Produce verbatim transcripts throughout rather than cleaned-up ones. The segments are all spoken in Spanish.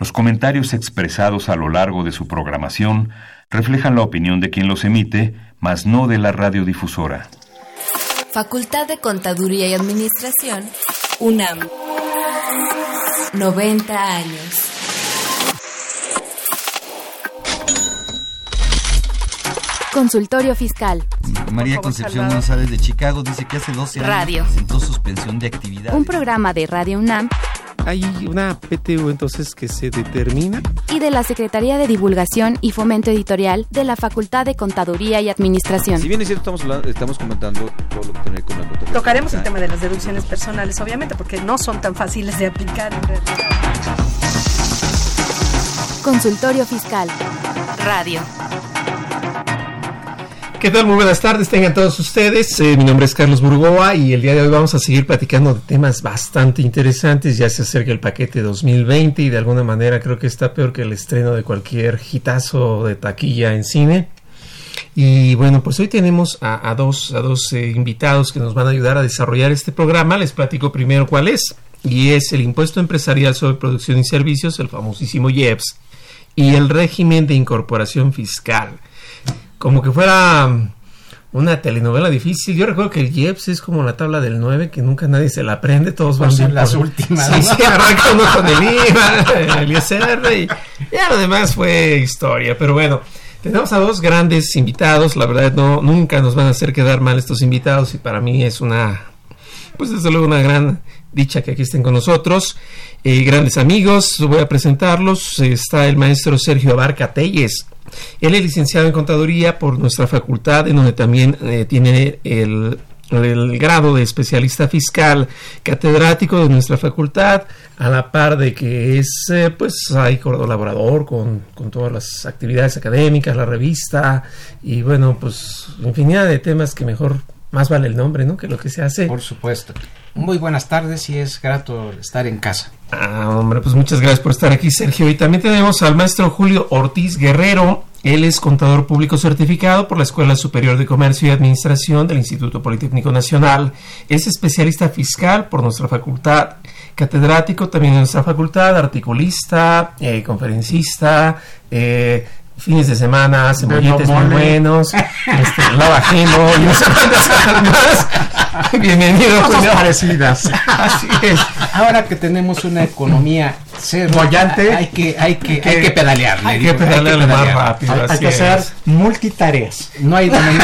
Los comentarios expresados a lo largo de su programación reflejan la opinión de quien los emite, mas no de la radiodifusora. Facultad de Contaduría y Administración, UNAM. noventa años. Consultorio Fiscal. María Concepción González de Chicago dice que hace doce años Radio. presentó suspensión de actividades. Un programa de Radio UNAM. Hay una P T U entonces que se determina. Y de la Secretaría de Divulgación y Fomento Editorial de la Facultad de Contaduría y Administración. Si bien es cierto, estamos, hablando, estamos comentando todo lo que tiene con la contabilidad. Tocaremos el tema de las deducciones personales, obviamente, porque no son tan fáciles de aplicar en realidad. Consultorio Fiscal. Radio. ¿Qué tal? Muy buenas tardes, tengan todos ustedes. Eh, mi nombre es Carlos Burgoa y el día de hoy vamos a seguir platicando de temas bastante interesantes. Ya se acerca el paquete dos mil veinte y de alguna manera creo que está peor que el estreno de cualquier hitazo de taquilla en cine. Y bueno, pues hoy tenemos a, a dos, a dos eh, invitados que nos van a ayudar a desarrollar este programa. Les platico primero cuál es, y es el Impuesto Empresarial sobre Producción y Servicios, el famosísimo I E P S, y el régimen de incorporación fiscal. Como que fuera una telenovela difícil. Yo recuerdo que el I E P S es como la tabla del nueve, que nunca nadie se la aprende, todos van bien. Son las por... últimas. Sí, ¿no? Sí, arranca uno con el I V A, el I S R, y ya lo demás fue historia. Pero bueno, tenemos a dos grandes invitados. La verdad, no nunca nos van a hacer quedar mal estos invitados, y para mí es una, pues desde luego una gran dicha que aquí estén con nosotros. Eh, grandes amigos, voy a presentarlos. Está el maestro Sergio Abarca Telles. Él es licenciado en Contaduría por nuestra facultad, en donde también eh, tiene el, el grado de especialista fiscal, catedrático de nuestra facultad, a la par de que es eh, pues hay colaborador con, con todas las actividades académicas, la revista, y bueno, pues infinidad de temas que mejor, más vale el nombre, ¿no?, que lo que se hace. Por supuesto. Muy buenas tardes y es grato estar en casa. Ah, hombre, pues muchas gracias por estar aquí, Sergio. Y también tenemos al maestro Julio Ortiz Guerrero. Él es contador público certificado por la Escuela Superior de Comercio y Administración del Instituto Politécnico Nacional. Es especialista fiscal por nuestra facultad, catedrático también en nuestra facultad, articulista, eh, conferencista, eh, fines de semana, cebolletes muy buenos, este, lava ajeno y no sé cuántas cosas más. Bienvenido, Julio. Parecidas. Así es. Ahora que tenemos una economía bollante, hay que, hay que, hay que pedalearle. Hay que pedalearle más rápido. Hay, hay que hacer es. multitareas. No hay de menor.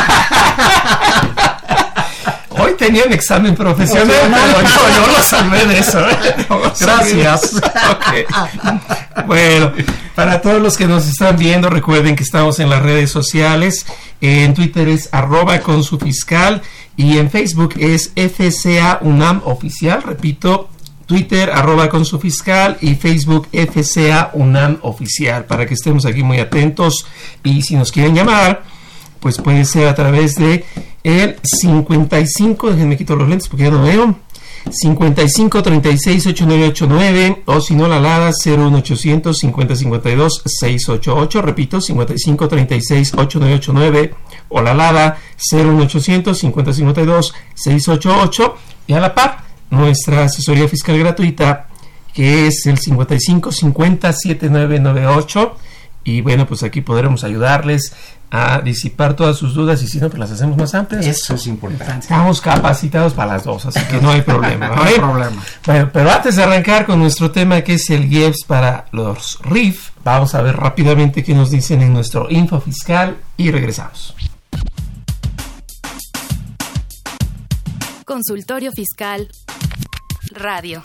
Hoy tenía un examen profesional, pero yo, yo lo salvé de eso, ¿eh? Gracias. Okay. Bueno, para todos los que nos están viendo, recuerden que estamos en las redes sociales. En Twitter es arroba con su fiscal y en Facebook es F C A UNAM Oficial. Repito, Twitter arroba con su fiscal y Facebook F C A UNAM Oficial, para que estemos aquí muy atentos. Y si nos quieren llamar, pues puede ser a través de el cincuenta y cinco, déjenme quitar los lentes porque ya no veo, cincuenta y cinco, treinta y seis, ochenta y nueve ochenta y nueve, o si no la alada cero uno ochocientos, cincuenta, cincuenta y dos, seiscientos ochenta y ocho, repito, cincuenta y cinco, treinta y seis, ochenta y nueve ochenta y nueve, o la alada cero uno ochocientos, cincuenta, cincuenta y dos, seiscientos ochenta y ocho, y a la par nuestra asesoría fiscal gratuita, que es el cincuenta y cinco, cincuenta, setenta y nueve noventa y ocho. Y bueno, pues aquí podremos ayudarles a disipar todas sus dudas, y si no, pues las hacemos más amplias. Eso es importante. Estamos capacitados para las dos, así que no hay problema. No hay problema. Bueno, pero antes de arrancar con nuestro tema, que es el I E P S para los R I F, vamos a ver rápidamente qué nos dicen en nuestro info fiscal y regresamos. Consultorio Fiscal Radio.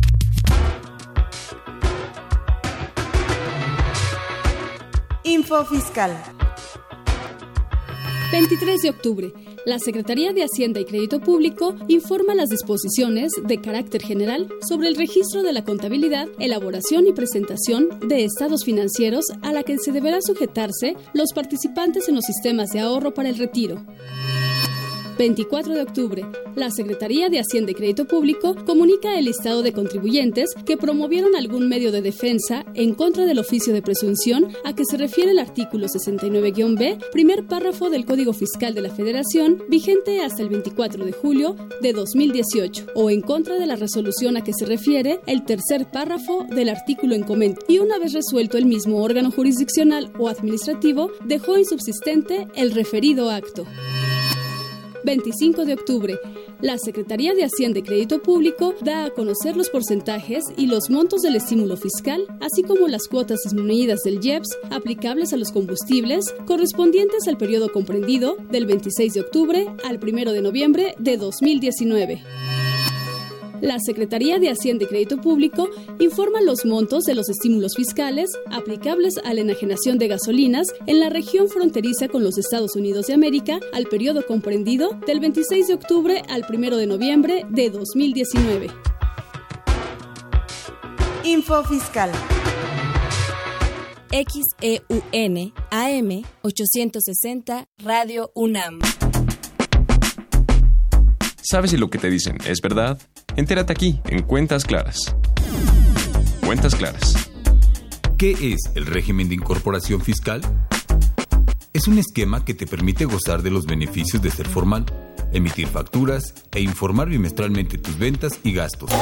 Info Fiscal. veintitrés de octubre. La Secretaría de Hacienda y Crédito Público informa las disposiciones de carácter general sobre el registro de la contabilidad, elaboración y presentación de estados financieros a la que se deberá sujetarse los participantes en los sistemas de ahorro para el retiro. veinticuatro de octubre. La Secretaría de Hacienda y Crédito Público comunica el listado de contribuyentes que promovieron algún medio de defensa en contra del oficio de presunción a que se refiere el artículo sesenta y nueve guión be, primer párrafo del Código Fiscal de la Federación, vigente hasta el veinticuatro de julio de dos mil dieciocho, o en contra de la resolución a que se refiere el tercer párrafo del artículo en comento, y una vez resuelto el mismo órgano jurisdiccional o administrativo, dejó insubsistente el referido acto. veinticinco de octubre. La Secretaría de Hacienda y Crédito Público da a conocer los porcentajes y los montos del estímulo fiscal, así como las cuotas disminuidas del I E P S aplicables a los combustibles correspondientes al periodo comprendido del veintiséis de octubre al primero de noviembre de dos mil diecinueve. La Secretaría de Hacienda y Crédito Público informa los montos de los estímulos fiscales aplicables a la enajenación de gasolinas en la región fronteriza con los Estados Unidos de América al periodo comprendido del veintiséis de octubre al primero de noviembre de dos mil diecinueve. Info Fiscal. X E U N A M ochocientos sesenta Radio UNAM. ¿Sabes si lo que te dicen es verdad? Entérate aquí, en Cuentas Claras. Cuentas Claras. ¿Qué es el régimen de incorporación fiscal? Es un esquema que te permite gozar de los beneficios de ser formal, emitir facturas e informar bimestralmente tus ventas y gastos.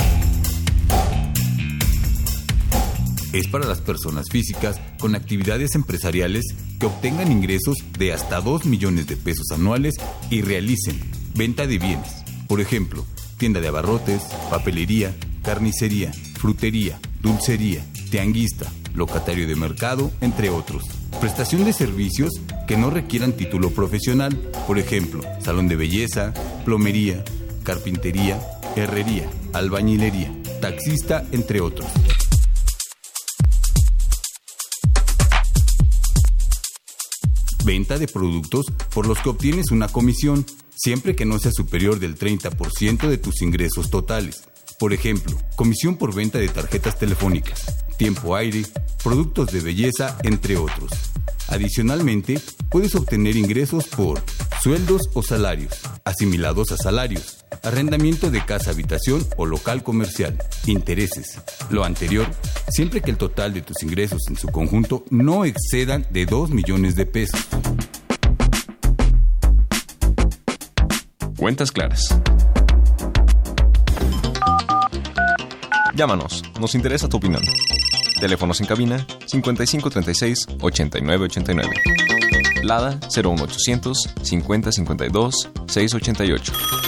Es para las personas físicas con actividades empresariales que obtengan ingresos de hasta dos millones de pesos anuales y realicen venta de bienes, por ejemplo, tienda de abarrotes, papelería, carnicería, frutería, dulcería, tianguista, locatario de mercado, entre otros. Prestación de servicios que no requieran título profesional, por ejemplo, salón de belleza, plomería, carpintería, herrería, albañilería, taxista, entre otros. Venta de productos por los que obtienes una comisión, siempre que no sea superior del treinta por ciento de tus ingresos totales. Por ejemplo, comisión por venta de tarjetas telefónicas, tiempo aire, productos de belleza, entre otros. Adicionalmente, puedes obtener ingresos por sueldos o salarios, asimilados a salarios, arrendamiento de casa, habitación o local comercial, intereses. Lo anterior, siempre que el total de tus ingresos en su conjunto no excedan de dos millones de pesos. Cuentas Claras. Llámanos, nos interesa tu opinión. Teléfonos en cabina cincuenta y cinco treinta y seis ochenta y nueve ochenta y nueve. Lada cero uno ochocientos cincuenta cincuenta y dos seiscientos ochenta y ocho.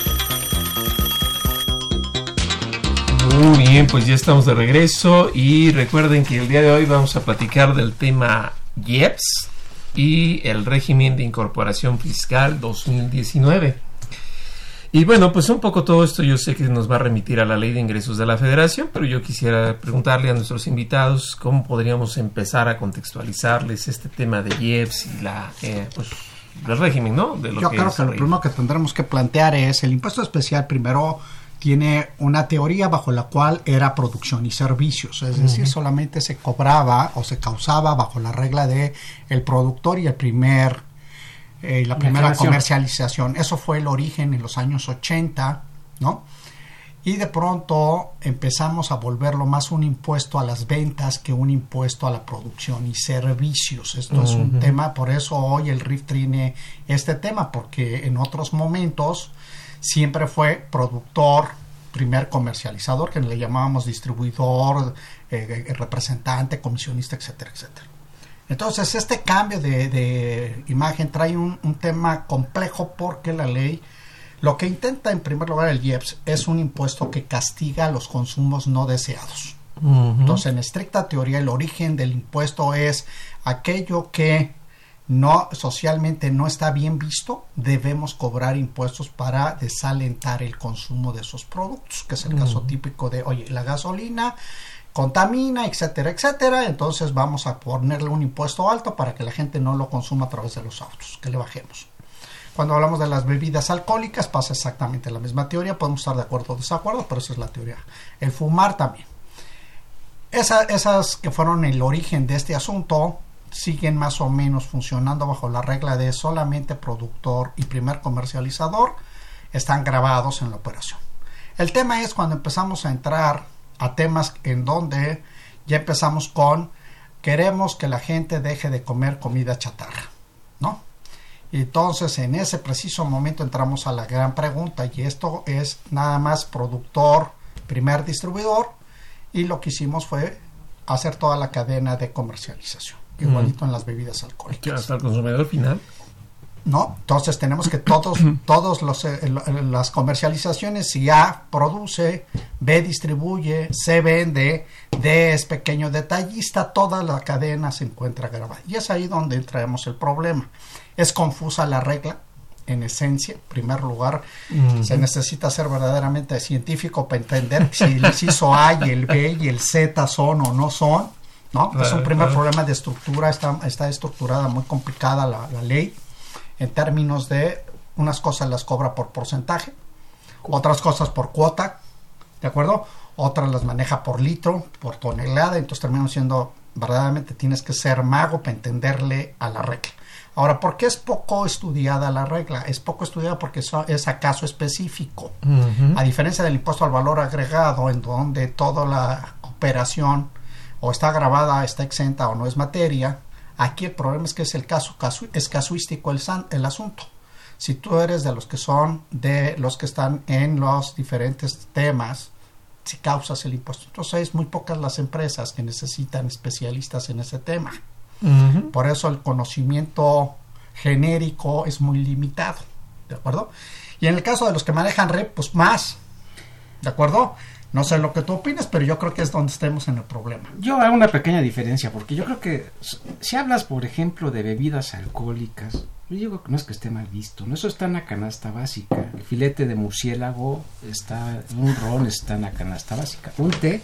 Muy bien, pues ya estamos de regreso y recuerden que el día de hoy vamos a platicar del tema I E P S y el régimen de incorporación fiscal dos mil diecinueve. Y bueno, pues un poco todo esto yo sé que nos va a remitir a la Ley de Ingresos de la Federación, pero yo quisiera preguntarle a nuestros invitados cómo podríamos empezar a contextualizarles este tema de I E P S y la, eh, pues, el régimen, ¿no? De lo yo que creo que lo primero que tendremos que plantear es el impuesto especial. Primero tiene una teoría bajo la cual era producción y servicios, es decir, uh-huh. solamente se cobraba o se causaba bajo la regla de el productor y el primer Eh, la primera comercialización. Eso fue el origen en los años ochenta, ¿no? Y de pronto empezamos a volverlo más un impuesto a las ventas que un impuesto a la producción y servicios. Esto uh-huh. es un tema, por eso hoy el R I F tiene este tema, porque en otros momentos siempre fue productor, primer comercializador, que le llamábamos distribuidor, eh, representante, comisionista, etcétera, etcétera. Entonces, este cambio de, de imagen trae un, un tema complejo porque la ley lo que intenta, en primer lugar, el I E P S es un impuesto que castiga los consumos no deseados. Uh-huh. Entonces, en estricta teoría, el origen del impuesto es aquello que no socialmente no está bien visto, debemos cobrar impuestos para desalentar el consumo de esos productos, que es el uh-huh. caso típico de, oye, la gasolina contamina, etcétera, etcétera, entonces vamos a ponerle un impuesto alto para que la gente no lo consuma a través de los autos, que le bajemos. Cuando hablamos de las bebidas alcohólicas pasa exactamente la misma teoría, podemos estar de acuerdo o desacuerdo, pero esa es la teoría. El fumar también. Esa, esas que fueron el origen de este asunto siguen más o menos funcionando bajo la regla de solamente productor y primer comercializador están grabados en la operación. El tema es cuando empezamos a entrar a temas en donde ya empezamos con queremos que la gente deje de comer comida chatarra, ¿no? Y entonces en ese preciso momento entramos a la gran pregunta, y esto es nada más productor, primer distribuidor, y lo que hicimos fue hacer toda la cadena de comercialización, igualito mm. en las bebidas alcohólicas. ¿Hasta el consumidor final? No, entonces tenemos que todos, todos los eh, las comercializaciones, si A produce, B distribuye, C vende, D es pequeño detallista, toda la cadena se encuentra grabada. Y es ahí donde traemos el problema. Es confusa la regla, en esencia. En primer lugar, uh-huh. se necesita ser verdaderamente científico para entender si el inciso A y el B y el Z son o no son, ¿no? Claro, es un primer claro. problema de estructura, está, está estructurada muy complicada la, la ley. En términos de unas cosas las cobra por porcentaje, otras cosas por cuota, ¿de acuerdo? Otras las maneja por litro, por tonelada, entonces terminan siendo, verdaderamente tienes que ser mago para entenderle a la regla. Ahora, ¿por qué es poco estudiada la regla? Es poco estudiada porque eso es a caso específico. Uh-huh. A diferencia del impuesto al valor agregado, en donde toda la operación o está grabada, está exenta o no es materia, aquí el problema es que es el caso, casu, es casuístico el, san, el asunto. Si tú eres de los que son, de los que están en los diferentes temas, si causas el impuesto. Entonces es muy pocas las empresas que necesitan especialistas en ese tema. Uh-huh. Por eso el conocimiento genérico es muy limitado, ¿de acuerdo? Y en el caso de los que manejan R E P, pues más, ¿de acuerdo? No sé lo que tú opinas, pero yo creo que es donde estemos en el problema. Yo hago una pequeña diferencia, porque yo creo que si hablas, por ejemplo, de bebidas alcohólicas, yo digo que no es que esté mal visto, no, eso está en la canasta básica. El filete de murciélago está, un ron está en la canasta básica. Un té,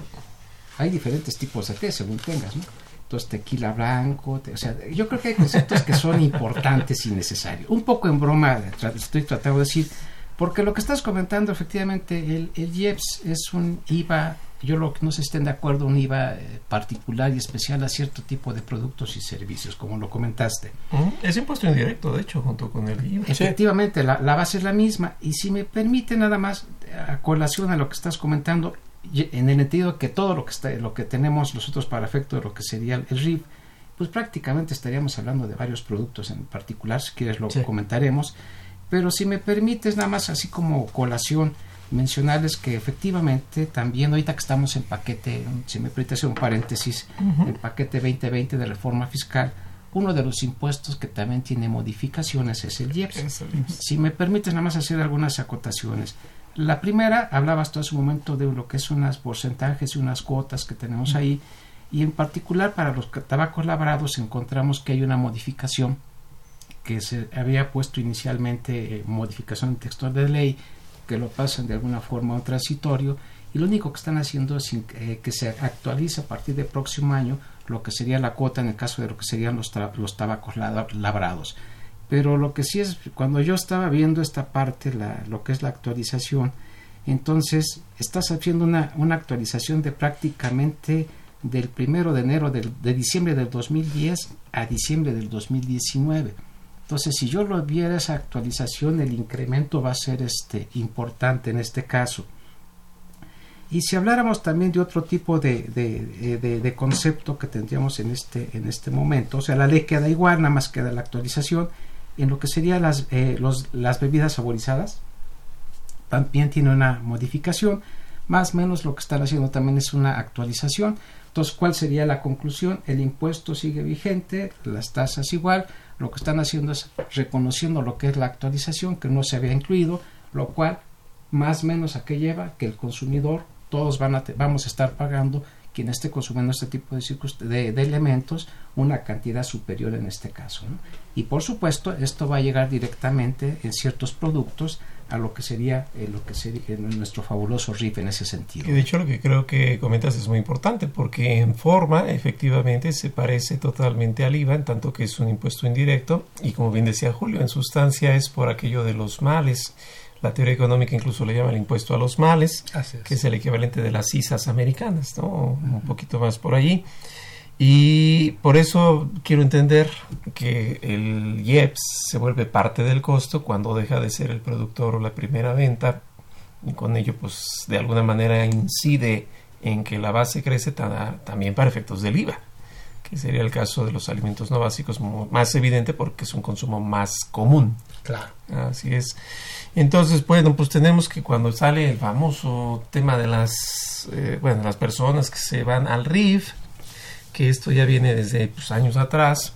hay diferentes tipos de té según tengas, ¿no? Entonces tequila blanco, te, o sea, yo creo que hay conceptos que son importantes y necesarios. Un poco en broma tra- estoy tratando de decir, porque lo que estás comentando, efectivamente, el, el I E P S es un I V A, yo lo que no sé si estén de acuerdo, un I V A eh, particular y especial a cierto tipo de productos y servicios, como lo comentaste. Uh-huh. Es impuesto indirecto, de hecho, junto con el I V A. Efectivamente, sí. la, la base es la misma, y si me permite nada más, a colación a lo que estás comentando, en el sentido que todo lo que está, lo que tenemos nosotros para efecto de lo que sería el R I F, pues prácticamente estaríamos hablando de varios productos en particular, si quieres lo sí. comentaremos. Pero si me permites, nada más así como colación, mencionarles que efectivamente también ahorita que estamos en paquete, si me permite hacer un paréntesis, uh-huh. el paquete veinte veinte de reforma fiscal, uno de los impuestos que también tiene modificaciones es el I E P S. Si me permites nada más hacer algunas acotaciones. La primera, hablabas tú hace un momento de lo que es unos porcentajes y unas cuotas que tenemos uh-huh. ahí, y en particular para los tabacos labrados encontramos que hay una modificación que se había puesto inicialmente, eh, modificación textual de ley, que lo pasan de alguna forma a un transitorio, y lo único que están haciendo es eh, que se actualice a partir del próximo año lo que sería la cuota en el caso de lo que serían los, tra- los tabacos la- labrados. Pero lo que sí es, cuando yo estaba viendo esta parte, la, lo que es la actualización, entonces estás haciendo una, una actualización de prácticamente del primero de enero del, de diciembre del dos mil diez a diciembre del dos mil diecinueve. Entonces, si yo lo viera esa actualización, el incremento va a ser este importante en este caso. Y si habláramos también de otro tipo de, de, de, de concepto que tendríamos en este, en este momento, o sea, la ley queda igual, nada más queda la actualización, en lo que serían las, eh, los, las bebidas saborizadas, también tiene una modificación, más o menos lo que están haciendo también es una actualización. Entonces, ¿cuál sería la conclusión? El impuesto sigue vigente, las tasas igual, lo que están haciendo es reconociendo lo que es la actualización, que no se había incluido, lo cual más o menos a qué lleva, que el consumidor, todos van a te, vamos a estar pagando, quien esté consumiendo este tipo de, circunst- de, de elementos, una cantidad superior en este caso, ¿no? Y por supuesto, esto va a llegar directamente en ciertos productos a lo que sería eh, lo que sería eh, nuestro fabuloso R I F en ese sentido. Y de hecho lo que creo que comentas es muy importante, porque en forma efectivamente se parece totalmente al I V A, en tanto que es un impuesto indirecto, y como bien decía Julio, en sustancia es por aquello de los males. La teoría económica incluso le llama el impuesto a los males, es. que es el equivalente de las I S As americanas, ¿no? Uh-huh. Un poquito más por allí. Y por eso quiero entender que el I E P S se vuelve parte del costo cuando deja de ser el productor o la primera venta, y con ello pues de alguna manera incide en que la base crece ta- también para efectos del I V A, que sería el caso de los alimentos no básicos más evidente porque es un consumo más común. Claro. Así es. Entonces, bueno, pues tenemos que cuando sale el famoso tema de las, eh, bueno, las personas que se van al R I F, que esto ya viene desde pues, años atrás,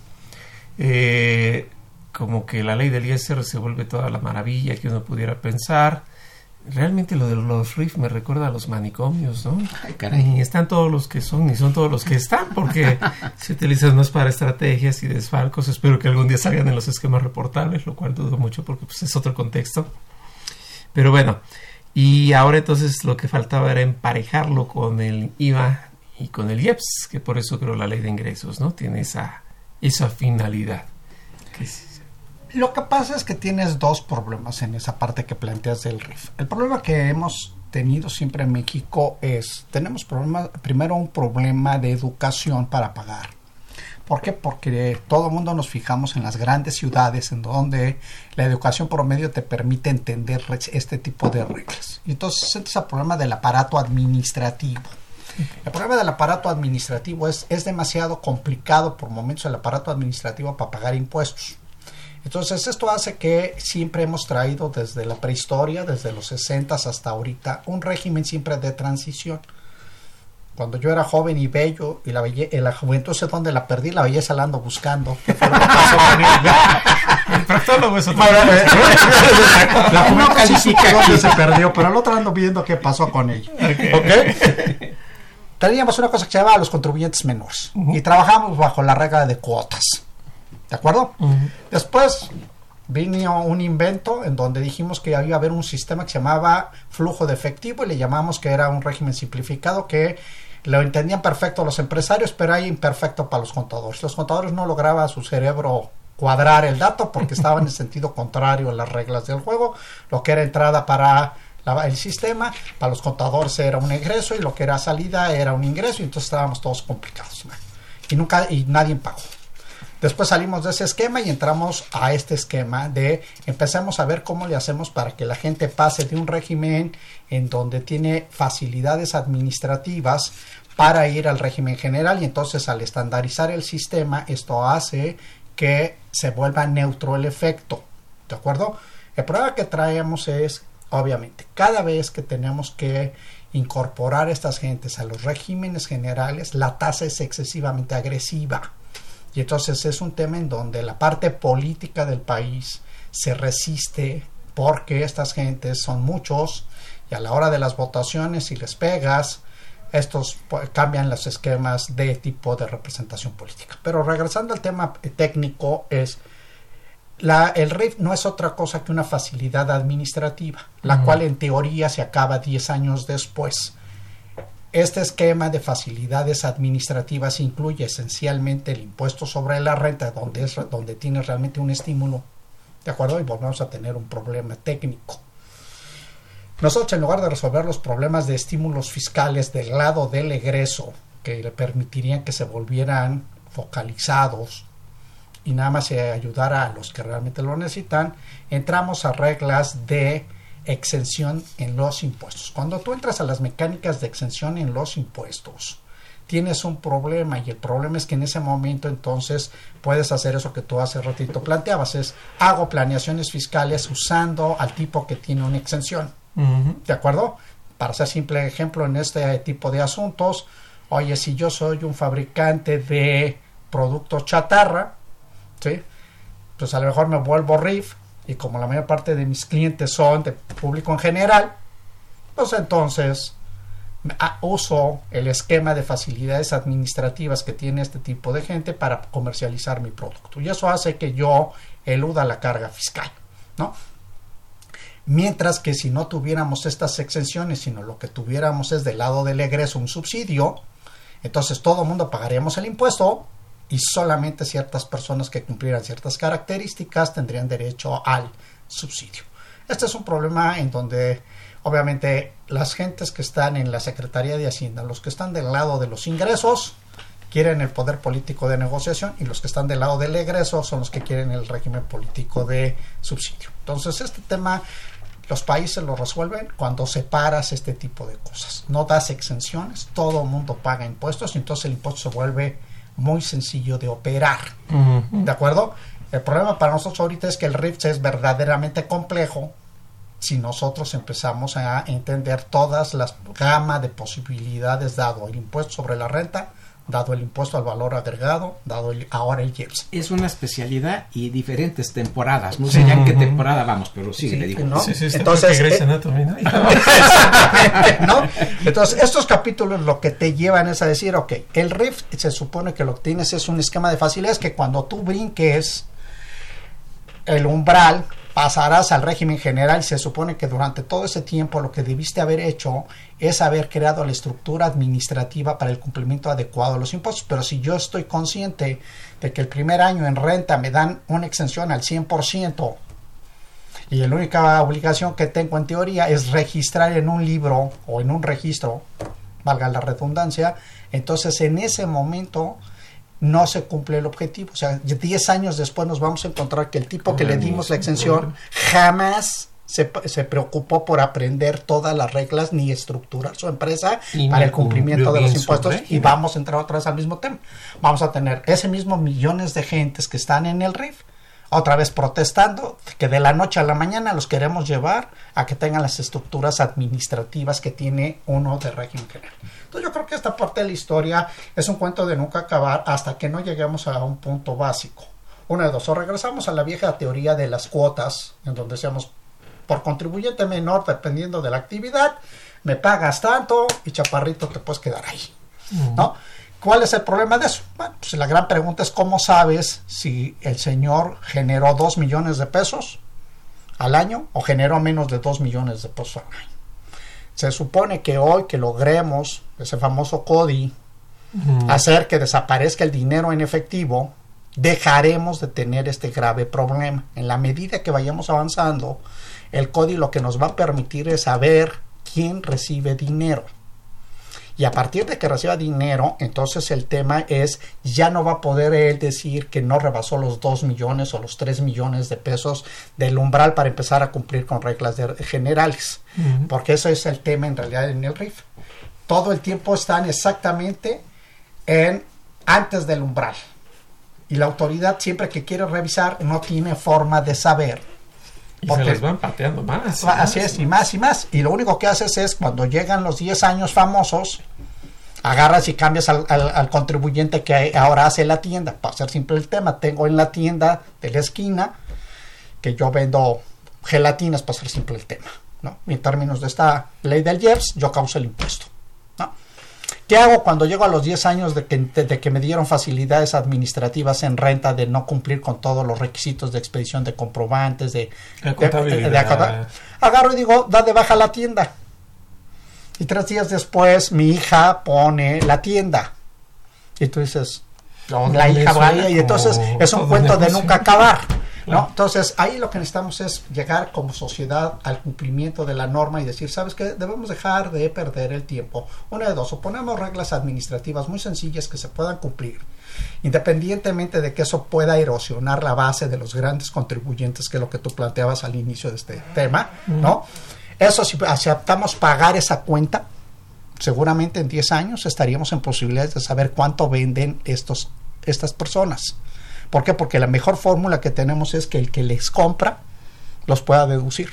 eh, como que la ley del I S R se vuelve toda la maravilla que uno pudiera pensar. Realmente lo de los R I F me recuerda a los manicomios, ¿no? Ay, caray. Ni están todos los que son, ni son todos los que están, porque se utilizan más para estrategias y desfalcos. Espero que algún día salgan en los esquemas reportables, lo cual dudo mucho porque pues, es otro contexto. Pero bueno, y ahora entonces lo que faltaba era emparejarlo con el I V A y con el I E P S, que por eso creo la ley de ingresos, ¿no? Tiene esa, esa finalidad. Que es, Lo que pasa es que tienes dos problemas en esa parte que planteas del R I F. El problema que hemos tenido siempre en México es, tenemos problema, primero un problema de educación para pagar. ¿Por qué? Porque todo el mundo nos fijamos en las grandes ciudades en donde la educación promedio te permite entender este tipo de reglas. Y entonces este es el problema del aparato administrativo. El problema del aparato administrativo es, es demasiado complicado por momentos el aparato administrativo para pagar impuestos. Entonces esto hace que siempre hemos traído desde la prehistoria, desde los sesentas hasta ahorita, un régimen siempre de transición. Cuando yo era joven y bello, y la, belle- la juventud sé dónde la perdí, la belleza la ando buscando. ¿Qué fue lo que pasó con ella? el proctólogo es otro. Bueno, eh, la juventud sí supe dónde se perdió, pero el otro ando viendo qué pasó con ella. Okay. ¿Okay? Teníamos una cosa que se llamaba los contribuyentes menores, uh-huh. y trabajamos bajo la regla de cuotas. ¿De acuerdo? Uh-huh. Después vino un invento en donde dijimos que había haber un sistema que se llamaba flujo de efectivo y le llamamos que era un régimen simplificado que lo entendían perfecto los empresarios, pero era imperfecto para los contadores. Los contadores no lograba su cerebro cuadrar el dato porque estaba en el sentido contrario a las reglas del juego. Lo que era entrada para la, el sistema, para los contadores era un egreso y lo que era salida era un ingreso, y entonces estábamos todos complicados. Y nunca y nadie pagó. Después salimos de ese esquema y entramos a este esquema de empezamos a ver cómo le hacemos para que la gente pase de un régimen en donde tiene facilidades administrativas para ir al régimen general, y entonces al estandarizar el sistema esto hace que se vuelva neutro el efecto. ¿De acuerdo? El problema que traemos es, obviamente, cada vez que tenemos que incorporar a estas gentes a los regímenes generales, la tasa es excesivamente agresiva. Y entonces es un tema en donde la parte política del país se resiste porque estas gentes son muchos y a la hora de las votaciones, si les pegas, estos pues, cambian los esquemas de tipo de representación política. Pero regresando al tema técnico, es la, el R I F no es otra cosa que una facilidad administrativa, la uh-huh. cual en teoría se acaba diez años después. Este esquema de facilidades administrativas incluye esencialmente el impuesto sobre la renta, donde, es, donde tienes realmente un estímulo, ¿de acuerdo? Y volvemos a tener un problema técnico. Nosotros, en lugar de resolver los problemas de estímulos fiscales del lado del egreso, que le permitirían que se volvieran focalizados y nada más se ayudara a los que realmente lo necesitan, entramos a reglas de exención en los impuestos. Cuando tú entras a las mecánicas de exención en los impuestos, tienes un problema, y el problema es que en ese momento entonces puedes hacer eso que tú hace ratito planteabas, es hago planeaciones fiscales usando al tipo que tiene una exención. Uh-huh. ¿De acuerdo? Para hacer simple ejemplo en este tipo de asuntos, oye, si yo soy un fabricante de productos chatarra, ¿sí? Pues a lo mejor me vuelvo R I F, y como la mayor parte de mis clientes son de público en general, pues entonces uso el esquema de facilidades administrativas que tiene este tipo de gente para comercializar mi producto. Y eso hace que yo eluda la carga fiscal, ¿no? Mientras que si no tuviéramos estas exenciones, sino lo que tuviéramos es del lado del egreso un subsidio, entonces todo el mundo pagaríamos el impuesto, y solamente ciertas personas que cumplieran ciertas características tendrían derecho al subsidio. Este es un problema en donde obviamente las gentes que están en la Secretaría de Hacienda, los que están del lado de los ingresos, quieren el poder político de negociación y los que están del lado del egreso son los que quieren el régimen político de subsidio. Entonces este tema los países lo resuelven cuando separas este tipo de cosas, no das exenciones, todo el mundo paga impuestos y entonces el impuesto se vuelve muy sencillo de operar. Uh-huh. ¿De acuerdo? El problema para nosotros ahorita es que el R I F es verdaderamente complejo si nosotros empezamos a entender todas las gama de posibilidades dado el impuesto sobre la renta, dado el impuesto al valor agregado, dado el, ahora el I E P S. Es una especialidad y diferentes temporadas. No sé ya en qué temporada vamos, pero sí, sí le digo. ¿no? Sí, sí, entonces, eh, ¿no? ¿no? Entonces, estos capítulos lo que te llevan es a decir, ok, el R I F se supone que lo que tienes es un esquema de facilidades que cuando tú brinques el umbral, pasarás al régimen general y se supone que durante todo ese tiempo lo que debiste haber hecho es haber creado la estructura administrativa para el cumplimiento adecuado de los impuestos. Pero si yo estoy consciente de que el primer año en renta me dan una exención al cien por ciento y la única obligación que tengo en teoría es registrar en un libro o en un registro, valga la redundancia, entonces en ese momento no se cumple el objetivo. O sea, diez años después nos vamos a encontrar que el tipo que le dimos la exención jamás se, se preocupó por aprender todas las reglas ni estructurar su empresa y para el cumplimiento de los impuestos y vamos a entrar otra vez al mismo tema. Vamos a tener ese mismo millones de gentes que están en el R I F otra vez protestando que de la noche a la mañana los queremos llevar a que tengan las estructuras administrativas que tiene uno de régimen general. Entonces yo creo que esta parte de la historia es un cuento de nunca acabar hasta que no lleguemos a un punto básico. Una de dos, o regresamos a la vieja teoría de las cuotas, en donde decíamos por contribuyente menor, dependiendo de la actividad, me pagas tanto y chaparrito te puedes quedar ahí, uh-huh. ¿no? ¿Cuál es el problema de eso? Bueno, pues la gran pregunta es cómo sabes si el señor generó dos millones de pesos al año o generó menos de dos millones de pesos al año. Se supone que hoy que logremos ese famoso C O D I, uh-huh. hacer que desaparezca el dinero en efectivo, dejaremos de tener este grave problema. En la medida que vayamos avanzando, el C O D I lo que nos va a permitir es saber quién recibe dinero. Y a partir de que reciba dinero, entonces el tema es, ya no va a poder él decir que no rebasó los dos millones o los tres millones de pesos del umbral para empezar a cumplir con reglas de, generales. Uh-huh. Porque eso es el tema en realidad en el R I F. Todo el tiempo están exactamente en antes del umbral. Y la autoridad siempre que quiere revisar no tiene forma de saber. Y porque se les van pateando más. Así es, y más y más. Y lo único que haces es, cuando llegan los diez años famosos, agarras y cambias al, al, al contribuyente que ahora hace la tienda. Para ser simple el tema, tengo en la tienda de la esquina que yo vendo gelatinas, para ser simple el tema, ¿no? Y en términos de esta ley del I E P S, yo causo el impuesto, ¿no? ¿Qué hago cuando llego a los diez años de que, de, de que me dieron facilidades administrativas en renta de no cumplir con todos los requisitos de expedición de comprobantes, de, de, de, de, de agarro y digo, da de baja la tienda? Y tres días después mi hija pone la tienda. Y tú dices, no, la hija vaya, y entonces es un cuento de nunca acabar, ¿no? Entonces ahí lo que necesitamos es llegar como sociedad al cumplimiento de la norma y decir, ¿sabes qué? Debemos dejar de perder el tiempo. Una de dos, o ponemos reglas administrativas muy sencillas que se puedan cumplir, independientemente de que eso pueda erosionar la base de los grandes contribuyentes, que es lo que tú planteabas al inicio de este tema, ¿no? Eso, si aceptamos pagar esa cuenta, seguramente en diez años estaríamos en posibilidades de saber cuánto venden estos, estas personas. ¿Por qué? Porque la mejor fórmula que tenemos es que el que les compra los pueda deducir.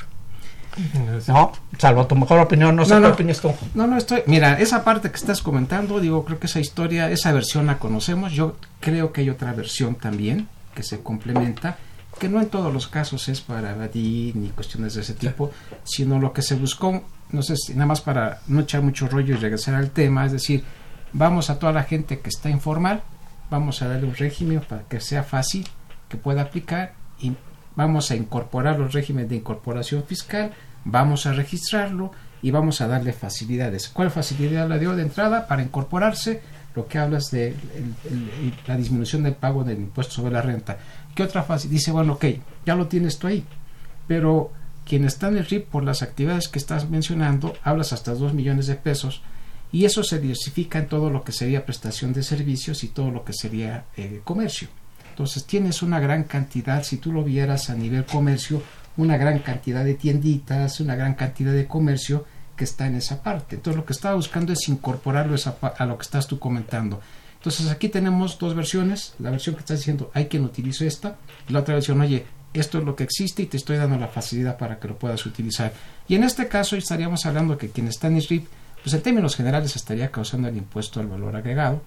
No, salvo tu mejor opinión, no sé no, qué no, opinas tú. No, no estoy. Mira, esa parte que estás comentando, digo, creo que esa historia, esa versión la conocemos. Yo creo que hay otra versión también que se complementa, que no en todos los casos es para evadir ni cuestiones de ese tipo, sino lo que se buscó, no sé si nada más para no echar mucho rollo y regresar al tema, es decir, vamos a toda la gente que está informal, vamos a darle un régimen para que sea fácil, que pueda aplicar, y vamos a incorporar los regímenes de incorporación fiscal, vamos a registrarlo y vamos a darle facilidades. ¿Cuál facilidad la dio de entrada para incorporarse? Lo que hablas de el, el, el, la disminución del pago del impuesto sobre la renta. ¿Qué otra fase? Dice, bueno, ok, ya lo tienes tú ahí, pero quien está en el R I P por las actividades que estás mencionando, hablas hasta dos millones de pesos, y eso se diversifica en todo lo que sería prestación de servicios y todo lo que sería eh, comercio. Entonces tienes una gran cantidad, si tú lo vieras a nivel comercio, una gran cantidad de tienditas, una gran cantidad de comercio que está en esa parte. Entonces lo que estaba buscando es incorporarlo a, esa, a lo que estás tú comentando. Entonces aquí tenemos dos versiones, la versión que estás diciendo, hay quien utilice esta, y la otra versión, oye, esto es lo que existe y te estoy dando la facilidad para que lo puedas utilizar. Y en este caso estaríamos hablando que quien está en I R I F, pues en términos generales estaría causando el impuesto al valor agregado,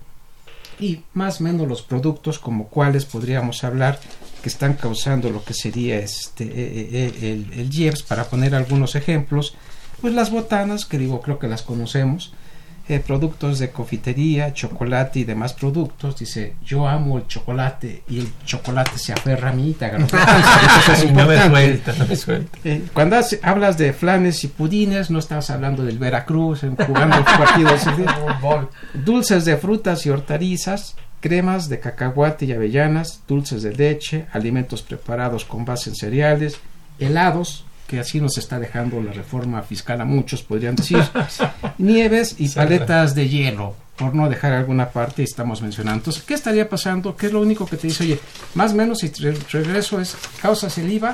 y más o menos los productos como cuáles podríamos hablar que están causando lo que sería este eh, eh, el, el I E P S, para poner algunos ejemplos, pues las botanas, que digo, creo que las conocemos, eh, productos de confitería, chocolate y demás productos. Dice, yo amo el chocolate y el chocolate se aferra a mí, te agarro. Eso es no me suelta, no me suelta. Eh, cuando has, hablas de flanes y pudines, no estás hablando del Veracruz jugando el partido de dulces de frutas y hortalizas, cremas de cacahuate y avellanas, dulces de leche, alimentos preparados con base en cereales, helados, que así nos está dejando la reforma fiscal a muchos, podrían decir, nieves y paletas de hielo, por no dejar alguna parte, estamos mencionando. Entonces, ¿qué estaría pasando? ¿Qué es lo único que te dice? Oye, más o menos, si re regreso es, causas el I V A,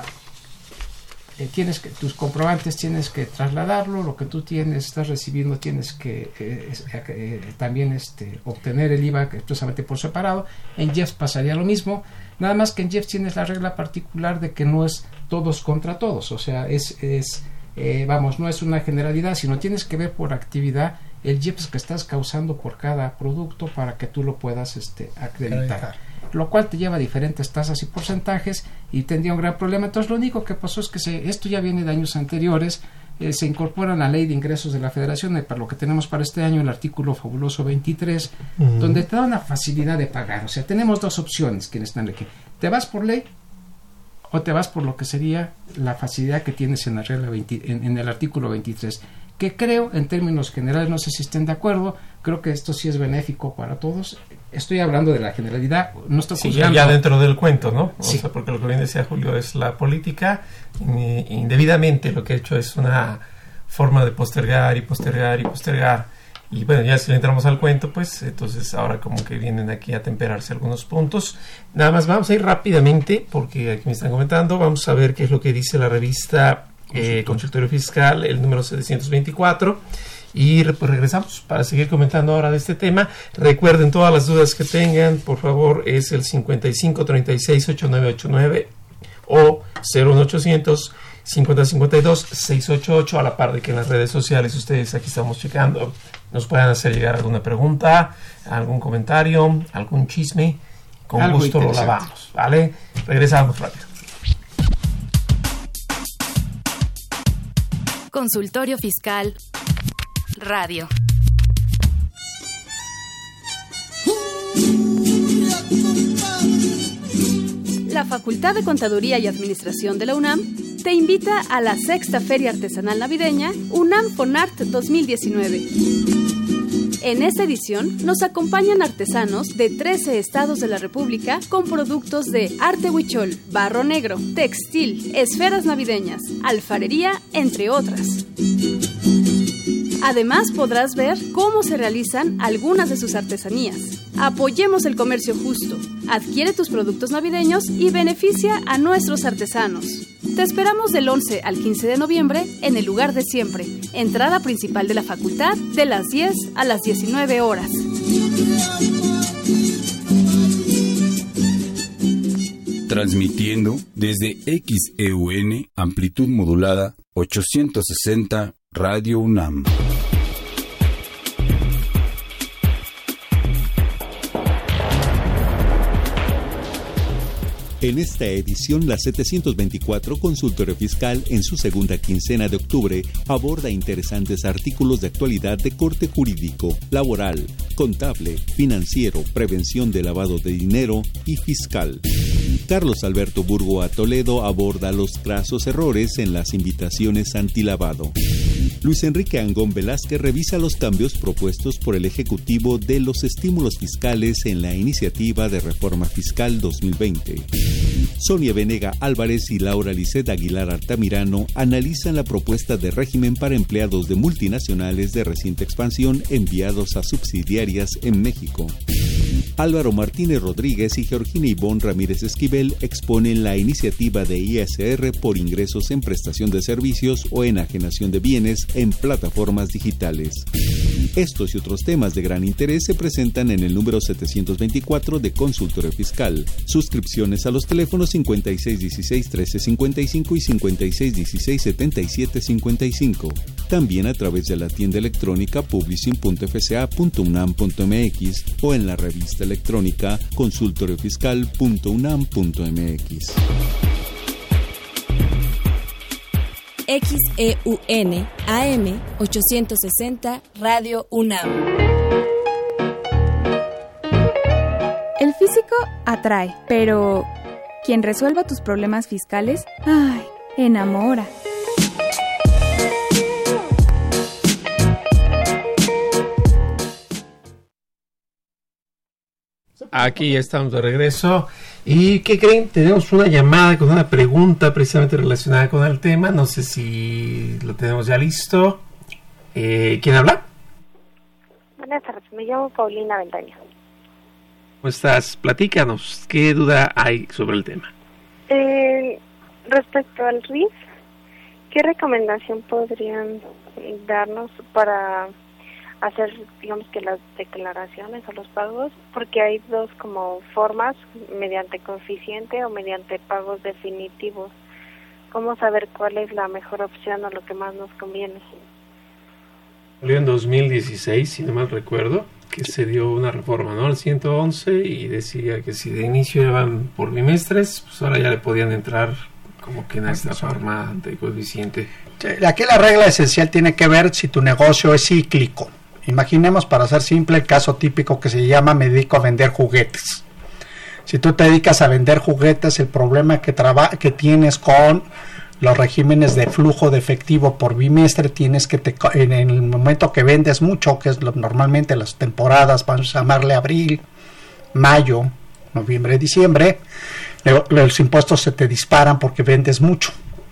eh, tienes que, tus comprobantes tienes que trasladarlo, lo que tú tienes, estás recibiendo, tienes que eh, eh, eh, también este, obtener el I V A expresamente por separado. En J E F pasaría lo mismo, nada más que en J E F tienes la regla particular de que no es todos contra todos, o sea, es, es eh, vamos, no es una generalidad, sino tienes que ver por actividad el J E P que estás causando por cada producto para que tú lo puedas este, acreditar. acreditar. Lo cual te lleva a diferentes tasas y porcentajes y tendría un gran problema. Entonces lo único que pasó es que se, esto ya viene de años anteriores, eh, se incorpora en la ley de ingresos de la Federación, eh, para lo que tenemos para este año, el artículo fabuloso veintitrés, uh-huh. donde te da una facilidad de pagar. O sea, tenemos dos opciones quienes están aquí. Te vas por ley o te vas por lo que sería la facilidad que tienes en la regla veinte, en, en el artículo veintitrés, que creo, en términos generales, no sé si estén de acuerdo, creo que esto sí es benéfico para todos. Estoy hablando de la generalidad, no estoy sí, juzgando. Ya dentro del cuento, ¿no? O sí. sea, porque lo que bien decía Julio es la política, indebidamente lo que ha hecho es una forma de postergar y postergar y postergar. Y bueno, ya si le entramos al cuento, pues entonces ahora como que vienen aquí a temperarse algunos puntos. Nada más vamos a ir rápidamente, porque aquí me están comentando, vamos a ver qué es lo que dice la revista eh, Consultorio Fiscal, el número setecientos veinticuatro. Y pues regresamos para seguir comentando ahora de este tema. Recuerden, todas las dudas que tengan, por favor, es el cincuenta y cinco treinta y seis ochenta y nueve ochenta y nueve o cero uno ochocientos cincuenta cincuenta y dos seiscientos ochenta y ocho, a la par de que en las redes sociales ustedes aquí estamos checando, nos puedan hacer llegar alguna pregunta, algún comentario, algún chisme, con Algo gusto lo lavamos, ¿vale? Regresamos rápido. Consultorio Fiscal Radio. La Facultad de Contaduría y Administración de la UNAM te invita a la sexta Feria Artesanal Navideña UNAM Fonart dos mil diecinueve. En esta edición nos acompañan artesanos de trece estados de la República con productos de arte huichol, barro negro, textil, esferas navideñas, alfarería, entre otras. Además podrás ver cómo se realizan algunas de sus artesanías. Apoyemos el comercio justo. Adquiere tus productos navideños y beneficia a nuestros artesanos. Te esperamos del once al quince de noviembre en el lugar de siempre. Entrada principal de la facultad de las diez a las diecinueve horas. Transmitiendo desde X E U N, amplitud modulada ochocientos sesenta, Radio UNAM. En esta edición, la setecientos veinticuatro Consultorio Fiscal, en su segunda quincena de octubre, aborda interesantes artículos de actualidad de corte jurídico, laboral, contable, financiero, prevención de lavado de dinero y fiscal. Carlos Alberto Burgoa Toledo aborda los crasos errores en las invitaciones antilavado. Luis Enrique Angón Velázquez revisa los cambios propuestos por el Ejecutivo de los estímulos fiscales en la iniciativa de reforma fiscal dos mil veinte. Sonia Venega Álvarez y Laura Lisset Aguilar Altamirano analizan la propuesta de régimen para empleados de multinacionales de reciente expansión enviados a subsidiarias en México. Álvaro Martínez Rodríguez y Georgina Ivonne Ramírez Esquivel exponen la iniciativa de I S R por ingresos en prestación de servicios o enajenación de bienes en plataformas digitales. Estos y otros temas de gran interés se presentan en el número setecientos veinticuatro de Consultorio Fiscal. Suscripciones a los teléfonos cincuenta y seis dieciséis trece cincuenta y cinco y cincuenta y seis dieciséis setenta y siete cincuenta y cinco. También a través de la tienda electrónica publicim punto f c a punto u n a m punto m x o en la revista electrónica consultoriofiscal punto u n a m punto m x. X E U N A M ochocientos sesenta Radio UNAM. El físico atrae, pero quien resuelva tus problemas fiscales, ¡ay!, enamora. Aquí ya estamos de regreso. ¿Y qué creen? Tenemos una llamada con una pregunta precisamente relacionada con el tema. No sé si lo tenemos ya listo. Eh, ¿Quién habla? Buenas tardes, me llamo Paulina Ventaña. ¿Cómo estás? Platícanos, ¿qué duda hay sobre el tema? Eh, respecto al R I F, ¿qué recomendación podrían darnos para hacer, digamos, que las declaraciones o los pagos? Porque hay dos como formas, mediante coeficiente o mediante pagos definitivos. ¿Cómo saber cuál es la mejor opción o lo que más nos conviene? Salió en dos mil dieciséis, si no mal recuerdo, que se dio una reforma, ¿no? Al ciento once, y decía que si de inicio iban por bimestres, pues ahora ya le podían entrar como que en esta forma de coeficiente. Aquí la regla esencial tiene que ver si tu negocio es cíclico. Imaginemos, para ser simple, el caso típico que se llama me dedico a vender juguetes. Si tú te dedicas a vender juguetes, el problema que, traba, que tienes con los regímenes de flujo de efectivo por bimestre, tienes que te, en el momento que vendes mucho, que es lo, normalmente las temporadas, vamos a llamarle abril, mayo, noviembre, diciembre, los impuestos se te disparan porque vendes mucho.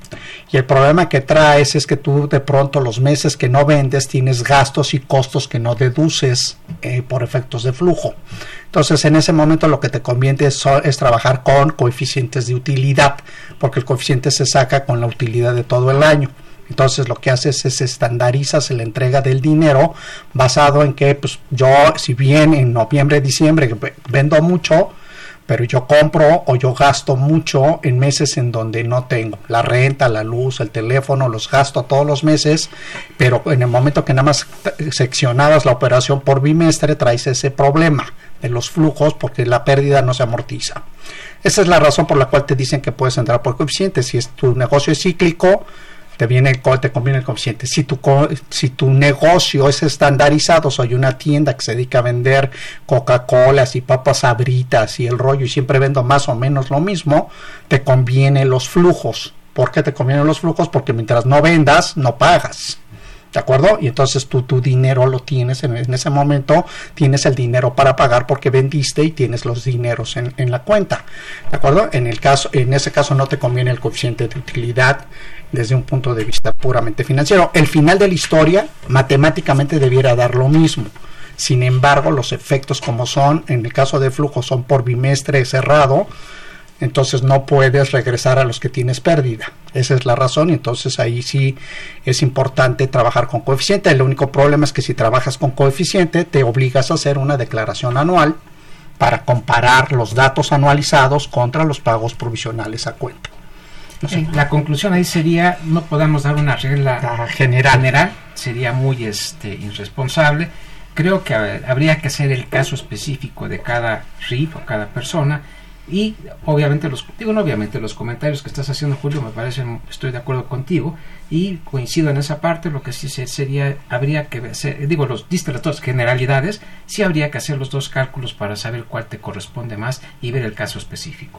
Y el problema que traes es que tú de pronto los meses que no vendes tienes gastos y costos que no deduces eh, por efectos de flujo. Entonces en ese momento lo que te conviene es, es trabajar con coeficientes de utilidad, porque el coeficiente se saca con la utilidad de todo el año. Entonces lo que haces es estandarizas la entrega del dinero basado en que pues yo, si bien en noviembre, diciembre vendo mucho, pero yo compro o yo gasto mucho en meses en donde no tengo la renta, la luz, el teléfono, los gasto todos los meses, pero en el momento que nada más seccionabas la operación por bimestre, traes ese problema de los flujos porque la pérdida no se amortiza. Esa es la razón por la cual te dicen que puedes entrar por coeficiente. Si es, tu negocio es cíclico, te viene te conviene el coeficiente. Si tu, si tu negocio es estandarizado, soy una tienda que se dedica a vender Coca-Colas y papas Sabritas y el rollo y siempre vendo más o menos lo mismo, te conviene los flujos. ¿Por qué te convienen los flujos? Porque mientras no vendas, no pagas. ¿De acuerdo? Y entonces tú tu dinero lo tienes en, en ese momento, tienes el dinero para pagar porque vendiste y tienes los dineros en, en la cuenta. ¿De acuerdo? En el caso, en ese caso no te conviene el coeficiente de utilidad desde un punto de vista puramente financiero. El final de la historia matemáticamente debiera dar lo mismo. Sin embargo, los efectos como son, en el caso de flujo, son por bimestre cerrado, entonces no puedes regresar a los que tienes pérdida. Esa es la razón, y entonces ahí sí es importante trabajar con coeficiente. El único problema es que si trabajas con coeficiente, te obligas a hacer una declaración anual para comparar los datos anualizados contra los pagos provisionales a cuenta. No sé. La conclusión ahí sería, no podemos dar una regla general, general sería muy este irresponsable. Creo que habría que hacer el caso específico de cada R I F o cada persona. Y obviamente los digo no, obviamente los comentarios que estás haciendo, Julio, me parecen, estoy de acuerdo contigo y coincido en esa parte. Lo que sí sería, habría que hacer, digo, los diste las dos generalidades, sí habría que hacer los dos cálculos para saber cuál te corresponde más y ver el caso específico.